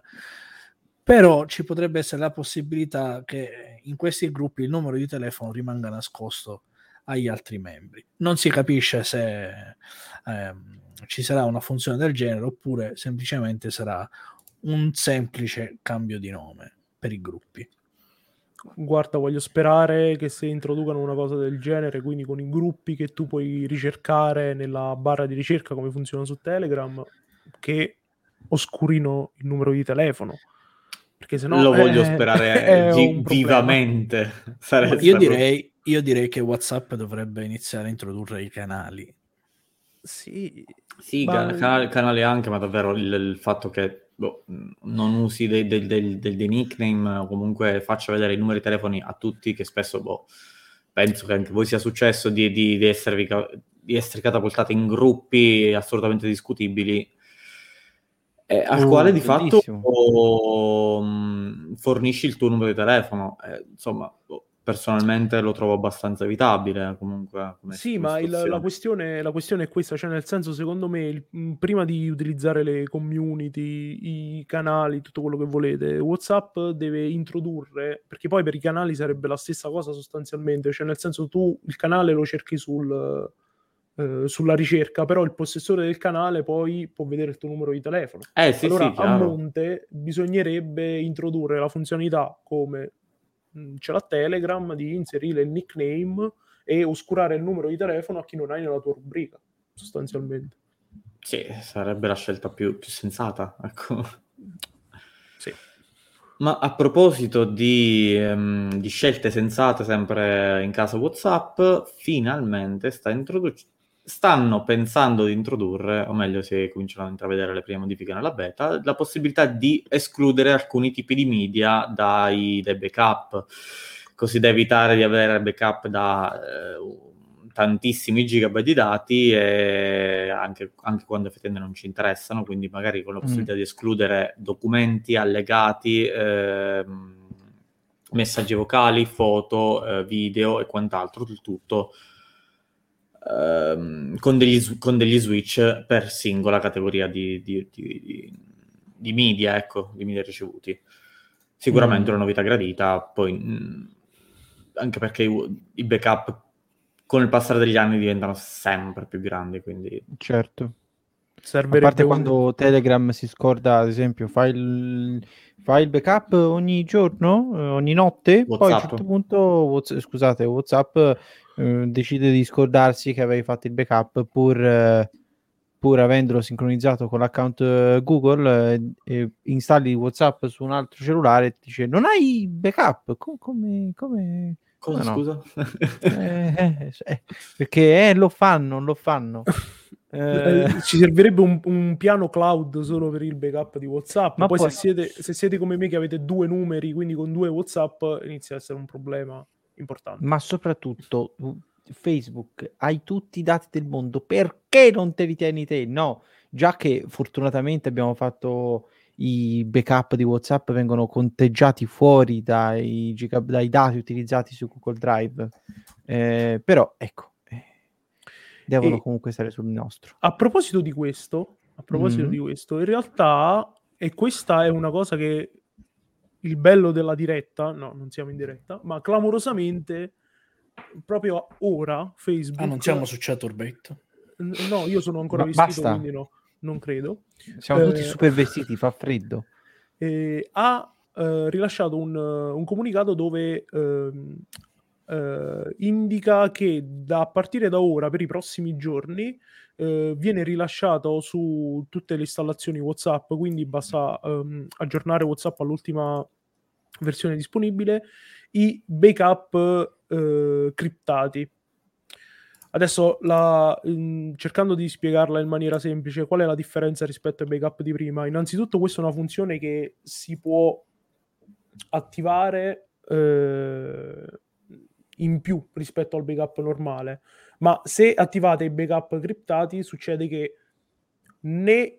però ci potrebbe essere la possibilità che in questi gruppi il numero di telefono rimanga nascosto agli altri membri. Non si capisce se ehm, ci sarà una funzione del genere oppure semplicemente sarà un semplice cambio di nome per i gruppi. Guarda, voglio sperare che se introducano una cosa del genere, quindi con i gruppi che tu puoi ricercare nella barra di ricerca come funziona su Telegram, che oscurino il numero di telefono, perché sennò lo voglio è, sperare è vi- un vivamente. Io direi, io direi che WhatsApp dovrebbe iniziare a introdurre i canali. Sì, sì ma... canali, canali anche, ma davvero il, il fatto che boh, non usi dei, dei, dei, dei, dei nickname o comunque faccia vedere i numeri di telefoni a tutti, che spesso boh, penso che anche voi sia successo di, di, di, esservi, di essere catapultati in gruppi assolutamente discutibili, eh, al uh, quale di bellissimo. fatto oh, um, fornisci il tuo numero di telefono, eh, insomma boh, personalmente lo trovo abbastanza evitabile comunque. Come sì, ma il, la, questione, la questione è questa, cioè nel senso, secondo me, il, prima di utilizzare le community, i canali, tutto quello che volete, WhatsApp deve introdurre, perché poi per i canali sarebbe la stessa cosa sostanzialmente, cioè nel senso tu il canale lo cerchi sul, eh, sulla ricerca, però il possessore del canale poi può vedere il tuo numero di telefono. Eh sì, Allora sì, a chiaro. monte bisognerebbe introdurre la funzionalità, come mh, ce l'ha Telegram, di inserire il nickname e oscurare il numero di telefono a chi non hai nella tua rubrica, sostanzialmente. Sì, sarebbe la scelta più, più sensata, ecco. Sì. Ma a proposito di, ehm, di scelte sensate sempre in caso WhatsApp, finalmente sta introduc- stanno pensando di introdurre, o meglio si cominciano a intravedere le prime modifiche nella beta, la possibilità di escludere alcuni tipi di media dai, dai backup, così da evitare di avere backup da eh, tantissimi gigabyte di dati e anche, anche quando effettivamente non ci interessano, quindi magari con la possibilità Mm. di escludere documenti, allegati, ehm, messaggi vocali, foto, eh, video e quant'altro, il tutto ehm, con, degli, s- con degli switch per singola categoria di, di, di, di- di media, ecco, di media ricevuti. Sicuramente Mm. una novità gradita, poi mh, anche perché i, i backup con il passare degli anni diventano sempre più grandi, quindi Certo. A Servirebbe parte un... quando Telegram si scorda, ad esempio, fa il, fa il backup ogni giorno, eh, ogni notte, poi a un WhatsApp. certo punto, Whats- scusate, WhatsApp eh, decide di scordarsi che avevi fatto il backup pur, eh, pur avendolo sincronizzato con l'account eh, Google, eh, e installi WhatsApp su un altro cellulare e ti dice non hai backup, Co- come, come, Cosa, come no? scusa? Eh, eh, eh, perché eh, lo fanno, lo fanno. Eh, Eh, ci servirebbe un, un piano cloud solo per il backup di WhatsApp. ma Poi, poi se siete, se siete come me che avete due numeri, quindi con due WhatsApp, inizia a essere un problema importante. ma soprattutto uh, Facebook, hai tutti i dati del mondo, perché non te li tieni te? No, già che fortunatamente abbiamo fatto i backup di WhatsApp, vengono conteggiati fuori dai, giga- dai dati utilizzati su Google Drive, eh, però ecco, eh, devono E comunque stare sul nostro. a proposito di questo, a proposito Mm. di questo, in realtà, e questa è una cosa che il bello della diretta, no, non siamo in diretta, ma clamorosamente proprio ora Facebook... Ah, non siamo su Chaturbate. N- No, io sono ancora Ma vestito, basta, quindi no, non credo. siamo tutti Eh, super vestiti, fa freddo. eh, ha eh, rilasciato un, un comunicato dove ehm, eh, indica che da a partire da ora, per i prossimi giorni, eh, viene rilasciato su tutte le installazioni WhatsApp, quindi basta ehm, aggiornare WhatsApp all'ultima versione disponibile, i backup eh, criptati. Adesso, la, mm, cercando di spiegarla in maniera semplice, qual è la differenza rispetto ai backup di prima? Innanzitutto, questa è una funzione che si può attivare eh, in più rispetto al backup normale, ma se attivate i backup criptati succede che né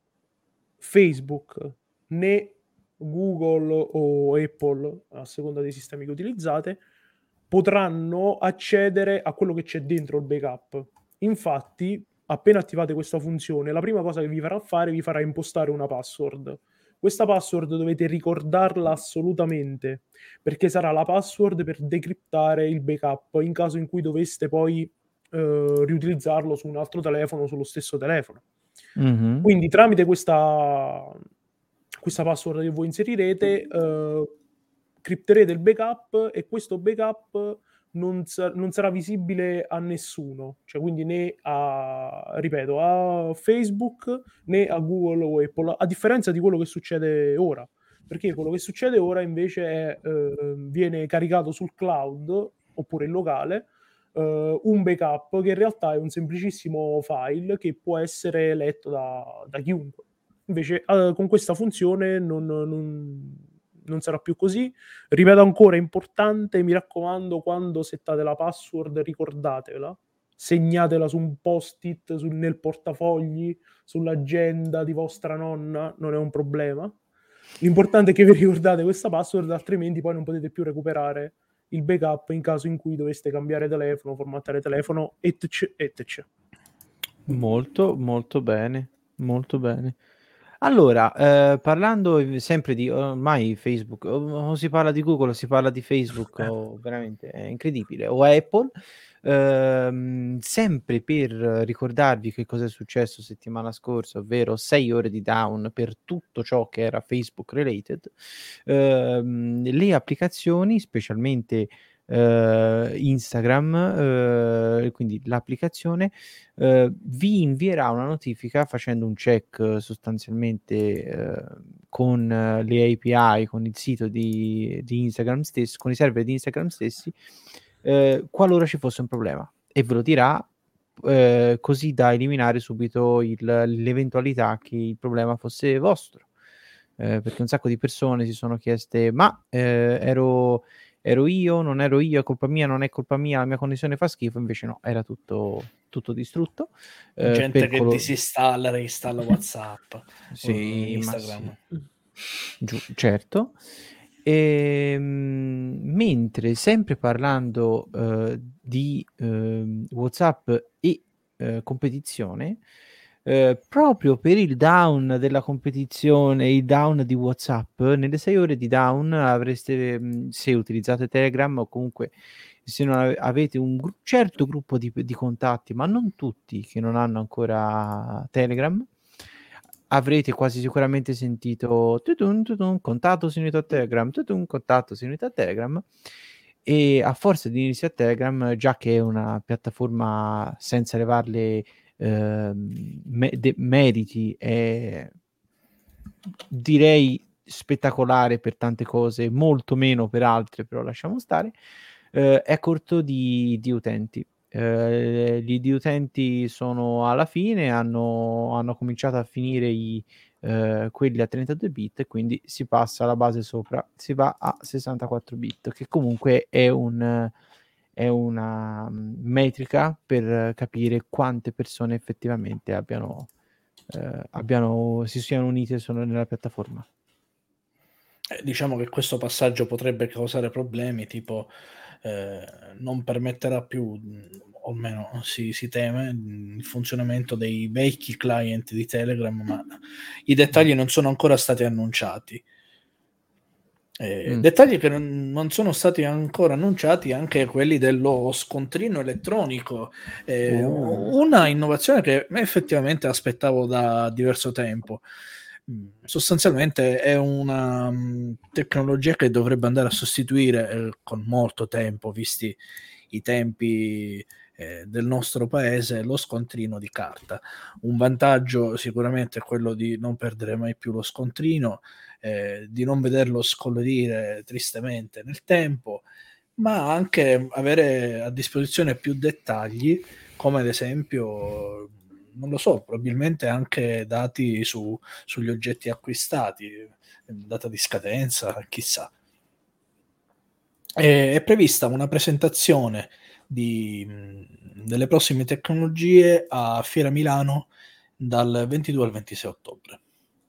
Facebook né Google o Apple, a seconda dei sistemi che utilizzate, potranno accedere a quello che c'è dentro il backup. Infatti, appena attivate questa funzione, la prima cosa che vi farà fare, vi farà impostare una password. Questa password dovete ricordarla assolutamente, perché sarà la password per decriptare il backup in caso in cui doveste poi eh, riutilizzarlo su un altro telefono, sullo stesso telefono. Mhm. Quindi tramite questa, questa password che voi inserirete, eh, cripterete il backup e questo backup non, sa- non sarà visibile a nessuno, cioè quindi né a, ripeto, a Facebook né a Google o Apple, a differenza di quello che succede ora. Perché quello che succede ora invece è, eh, viene caricato sul cloud oppure in locale uh, un backup che in realtà è un semplicissimo file che può essere letto da, da chiunque. Invece uh, con questa funzione non, non, non sarà più così. Ripeto ancora, è importante, mi raccomando, quando settate la password ricordatevela, segnatela su un post-it, sul, nel portafogli, sull'agenda di vostra nonna, non è un problema. L'importante è che vi ricordate questa password, altrimenti poi non potete più recuperare il backup in caso in cui doveste cambiare telefono, formattare telefono, etc, et cetera. Molto, molto bene, molto bene. Allora, eh, parlando sempre di ormai Facebook, o, o si parla di Google o si parla di Facebook, o veramente è incredibile, o Apple, ehm, sempre per ricordarvi che cosa è successo settimana scorsa, ovvero sei ore di down per tutto ciò che era Facebook related, ehm, le applicazioni, specialmente eh, Instagram, eh, quindi l'applicazione, eh, vi invierà una notifica facendo un check eh, sostanzialmente eh, con eh, le A P I, con il sito di, di Instagram stesso, con i server di Instagram stessi, eh, qualora ci fosse un problema, e ve lo dirà eh, così da eliminare subito il, l'eventualità che il problema fosse vostro. Eh, perché un sacco di persone si sono chieste: ma eh, ero, ero io, non ero io, è colpa mia, non è colpa mia, la mia connessione fa schifo. Invece no, era tutto, tutto distrutto. Eh, Gente per che colo- disinstalla, reinstalla WhatsApp, sì, ma Instagram. sì. Giu- certo. E, mh, mentre sempre parlando eh, di eh, WhatsApp e eh, competizione, eh, proprio per il down della competizione, il down di WhatsApp, nelle sei ore di down avreste, mh, se utilizzate Telegram o comunque se non ave- avete un gru- certo gruppo di, di contatti, ma non tutti che non hanno ancora Telegram, avrete quasi sicuramente sentito tutun, tutun, contatto si unito a Telegram, tutun, contatto si unito a Telegram, e a forza di iniziare a Telegram, già che è una piattaforma senza levarle ehm, me- de- meriti, è direi spettacolare per tante cose, molto meno per altre, però lasciamo stare, eh, è corto di, di utenti. Eh, gli di utenti sono alla fine, hanno, hanno cominciato a finire i, eh, quelli a trentadue bit, quindi si passa alla base sopra, si va a sessantaquattro bit, che comunque è un è una mm, metrica per capire quante persone effettivamente abbiano, eh, abbiano si siano unite e sono nella piattaforma. Eh, diciamo che questo passaggio potrebbe causare problemi, tipo eh, non permetterà più, mh, o almeno si, si teme, mh, il funzionamento dei vecchi client di Telegram, ma i dettagli non sono ancora stati annunciati. Eh, Mm. dettagli che non, non sono stati ancora annunciati anche quelli dello scontrino elettronico, eh, Uh. una innovazione che effettivamente aspettavo da diverso tempo. Mm, sostanzialmente è una um, tecnologia che dovrebbe andare a sostituire eh, con molto tempo, visti i tempi eh, del nostro paese, lo scontrino di carta. Un vantaggio sicuramente è quello di non perdere mai più lo scontrino, eh, di non vederlo scolorire tristemente nel tempo, ma anche avere a disposizione più dettagli, come ad esempio, non lo so, probabilmente anche dati su, sugli oggetti acquistati, data di scadenza, chissà. È, è prevista una presentazione di, delle prossime tecnologie a Fiera Milano dal ventidue al ventisei ottobre.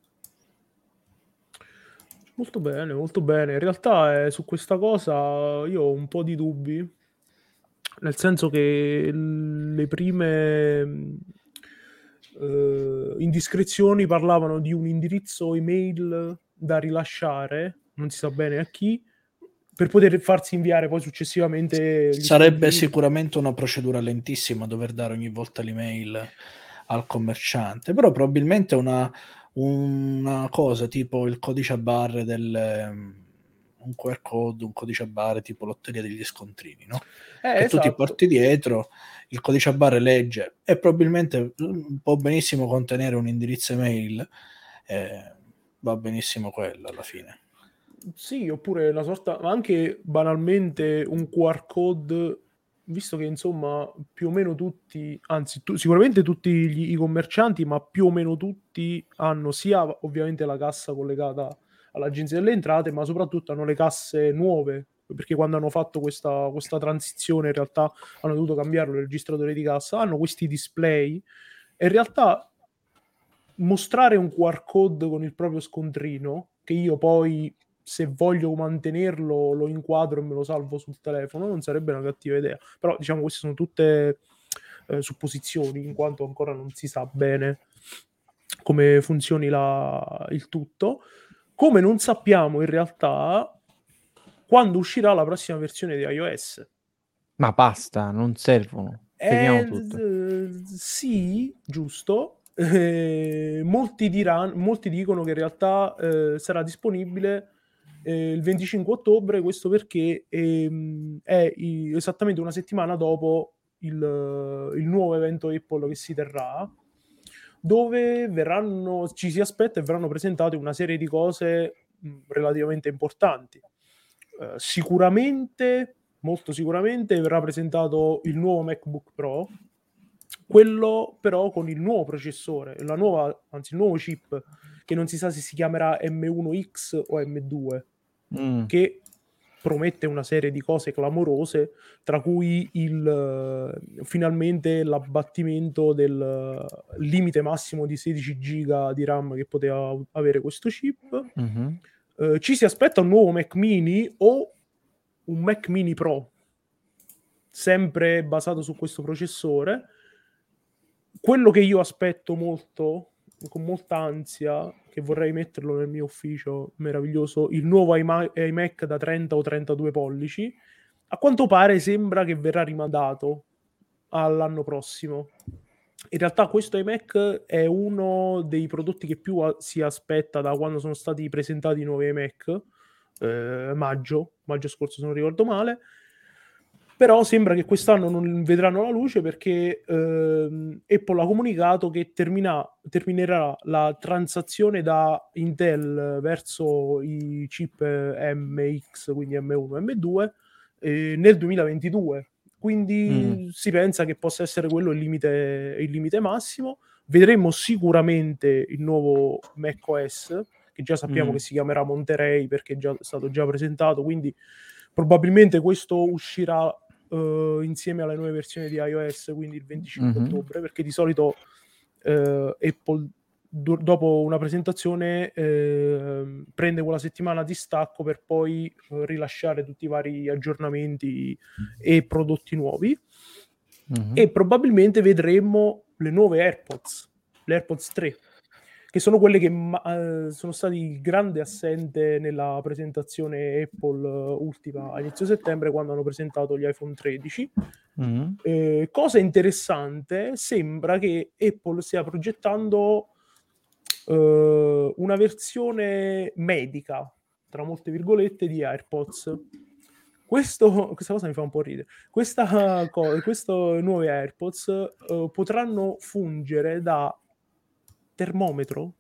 Molto bene, molto bene. In realtà eh, su questa cosa io ho un po' di dubbi, nel senso che le prime mh, eh, indiscrezioni parlavano di un indirizzo email da rilasciare, non si sa bene a chi, per poter farsi inviare poi successivamente gli Sarebbe scontrini. sicuramente una procedura lentissima dover dare ogni volta l'email al commerciante, però probabilmente una, una cosa tipo il codice a barre del um, un Q R code, un codice a barre tipo lotteria degli scontrini, no? Eh, Che tu ti esatto. porti dietro, il codice a barre legge e probabilmente può benissimo contenere un indirizzo email, eh, va benissimo quello alla fine. Sì, oppure una sorta, ma anche banalmente un Q R code, visto che insomma più o meno tutti, anzi tu, sicuramente tutti gli, i commercianti, ma più o meno tutti hanno sia ovviamente la cassa collegata all'agenzia delle entrate, ma soprattutto hanno le casse nuove, perché quando hanno fatto questa, questa transizione in realtà hanno dovuto cambiarlo il registratore di cassa, hanno questi display e in realtà mostrare un Q R code con il proprio scontrino, che io poi se voglio mantenerlo lo inquadro e me lo salvo sul telefono, non sarebbe una cattiva idea. Però diciamo queste sono tutte eh, supposizioni, in quanto ancora non si sa bene come funzioni la, il tutto, come non sappiamo in realtà quando uscirà la prossima versione di iOS. Ma basta, non servono. Fermiamo Eh, tutto. z- sì, giusto. Eh, molti, diranno, molti dicono che in realtà eh, sarà disponibile eh, il venticinque ottobre, questo perché ehm, è i- esattamente una settimana dopo il, il nuovo evento Apple che si terrà, dove verranno, ci si aspetta e verranno presentate una serie di cose mh, relativamente importanti. Eh, sicuramente, molto sicuramente, verrà presentato il nuovo MacBook Pro, quello però con il nuovo processore, la nuova, anzi il nuovo chip, che non si sa se si chiamerà M uno X o M due, Mm. che promette una serie di cose clamorose, tra cui il, eh, finalmente l'abbattimento del eh, limite massimo di sedici giga di RAM che poteva avere questo chip. Mhm. Eh, ci si aspetta un nuovo Mac Mini o un Mac Mini Pro, sempre basato su questo processore. Quello che io aspetto molto, con molta ansia, che vorrei metterlo nel mio ufficio meraviglioso, il nuovo iMac, iMac da trenta o trentadue pollici. A quanto pare sembra che verrà rimandato all'anno prossimo. In realtà questo iMac è uno dei prodotti che più a- si aspetta da quando sono stati presentati i nuovi iMac, eh, maggio, maggio scorso se non ricordo male, però sembra che quest'anno non vedranno la luce perché ehm, Apple ha comunicato che termina, terminerà la transazione da Intel verso i chip M X, quindi M uno, M due, eh, nel duemilaventidue. Quindi Mm. si pensa che possa essere quello il limite, il limite massimo. Vedremo sicuramente il nuovo macOS, che già sappiamo Mm. che si chiamerà Monterey perché è già, è stato già presentato, quindi probabilmente questo uscirà uh, insieme alle nuove versioni di iOS, quindi il venticinque Mhm. ottobre, perché di solito uh, Apple do- dopo una presentazione eh, prende quella settimana di stacco per poi eh, rilasciare tutti i vari aggiornamenti e prodotti nuovi. Mhm. E probabilmente vedremo le nuove AirPods, le AirPods tre, che sono quelle che ma- eh, sono stati il grande assente nella presentazione Apple eh, ultima a inizio settembre, quando hanno presentato gli iPhone tredici. Mhm. Eh, cosa interessante, sembra che Apple stia progettando eh, una versione medica, tra molte virgolette, di AirPods. Questo, questa cosa mi fa un po' ridere. Questa co- questo nuovi AirPods eh, potranno fungere da termometro.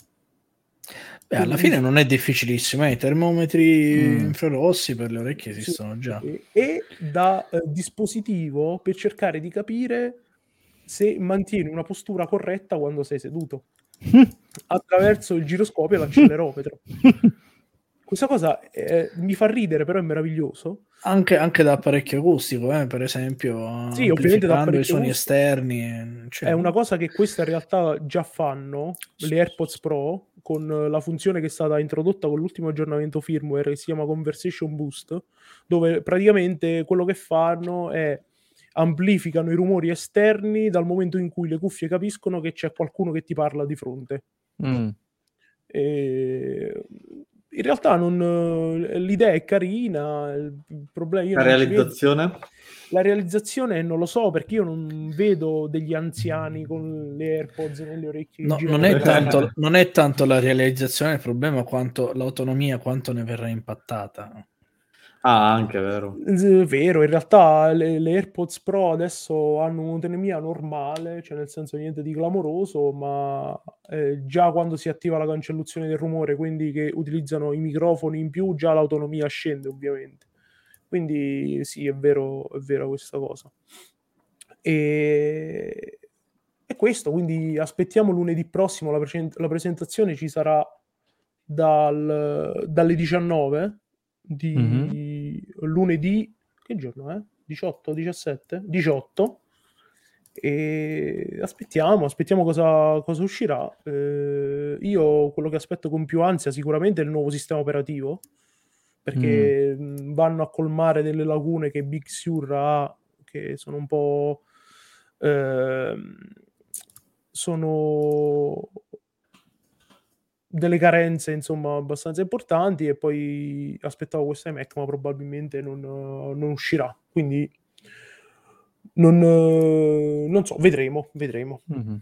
Beh, alla Quindi fine non è difficilissimo, eh? I termometri Mm. infrarossi per le orecchie sì, esistono già. e da eh, dispositivo per cercare di capire se mantieni una postura corretta quando sei seduto attraverso il giroscopio e l'accelerometro. Questa cosa eh, mi fa ridere, però è meraviglioso. Anche, anche da apparecchio acustico, eh? Per esempio, Sì, ovviamente da amplificando i apparecchio suoni acustico. esterni. Cioè, È una cosa che questa in realtà già fanno le AirPods Pro con la funzione che è stata introdotta con l'ultimo aggiornamento firmware che si chiama Conversation Boost, dove praticamente quello che fanno è amplificano i rumori esterni dal momento in cui le cuffie capiscono che c'è qualcuno che ti parla di fronte. Mm. E in realtà non, l'idea è carina, il problema io La non ci vedo. realizzazione? La realizzazione non lo so, perché io non vedo degli anziani con le AirPods nelle orecchie che no, girano non, è per la strada. tanto, non è tanto la realizzazione il problema quanto l'autonomia, quanto ne verrà impattata. Ah, anche vero. È vero, in realtà le, le AirPods Pro adesso hanno un'autonomia normale, cioè nel senso niente di clamoroso, ma eh, già quando si attiva la cancellazione del rumore, quindi che utilizzano i microfoni in più, già l'autonomia scende ovviamente. Quindi sì, è vero, è vera questa cosa. E, e questo, quindi aspettiamo lunedì prossimo, la, present- la presentazione ci sarà dal- dalle diciannove Mhm. di lunedì, che giorno è? diciotto, diciassette? diciotto. E aspettiamo, aspettiamo cosa, cosa uscirà. Eh, io quello che aspetto con più ansia sicuramente è il nuovo sistema operativo, perché mh, vanno a colmare delle lacune che Big Sur ha, che sono un po' ehm, sono delle carenze insomma abbastanza importanti, e poi aspettavo questo iMac, ma probabilmente non, non uscirà, quindi non, non so, vedremo, vedremo. Mm-hmm.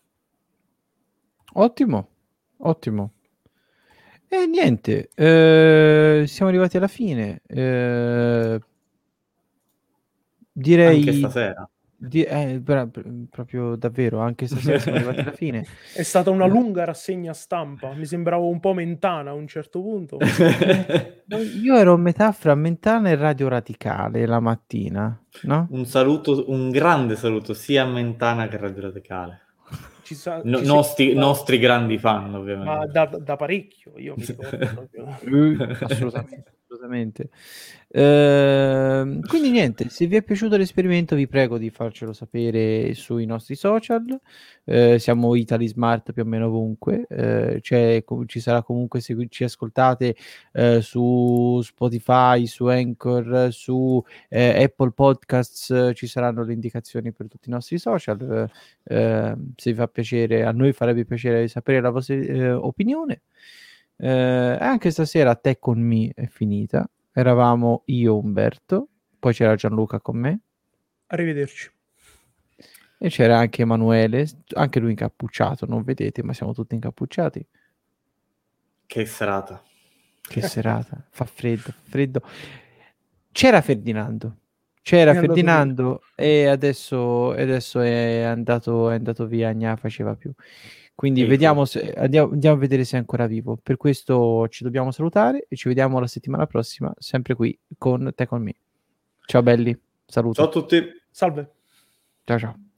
Ottimo, ottimo. E niente, eh, siamo arrivati alla fine. Eh, direi... Anche stasera. Di, eh, bra- proprio davvero, anche stasera siamo arrivati alla fine. È stata una lunga rassegna stampa, mi sembrava un po' Mentana a un certo punto. Io ero a metà fra Mentana e Radio Radicale la mattina, no? Un saluto, un grande saluto sia a Mentana che a Radio Radicale. Ci sa, no, ci nostri, da, nostri grandi fan, ovviamente. Ma da, da parecchio, io mi ricordo proprio. assolutamente, assolutamente. Ehm, quindi niente, se vi è piaciuto l'esperimento vi prego di farcelo sapere sui nostri social. Eh, siamo Italy Smart più o meno ovunque, eh, c'è, ci sarà comunque, se ci ascoltate eh, su Spotify, su Anchor, su eh, Apple Podcasts, eh, ci saranno le indicazioni per tutti i nostri social. Eh, se vi fa piacere, a noi farebbe piacere sapere la vostra eh, opinione. Eh, anche stasera Te con Me è finita. Eravamo io, Umberto, poi c'era Gianluca con me. Arrivederci. E c'era anche Emanuele, anche lui incappucciato, non vedete, ma siamo tutti incappucciati. Che serata. Che serata, fa freddo, fa freddo. C'era Ferdinando. C'era È Ferdinando e adesso, adesso è andato, è andato via, non faceva più. Quindi Ecco. vediamo se, andiamo, andiamo a vedere se è ancora vivo. Per questo ci dobbiamo salutare e ci vediamo la settimana prossima, sempre qui con Te con Me. Ciao belli, saluto. Ciao a tutti. Salve. Ciao ciao.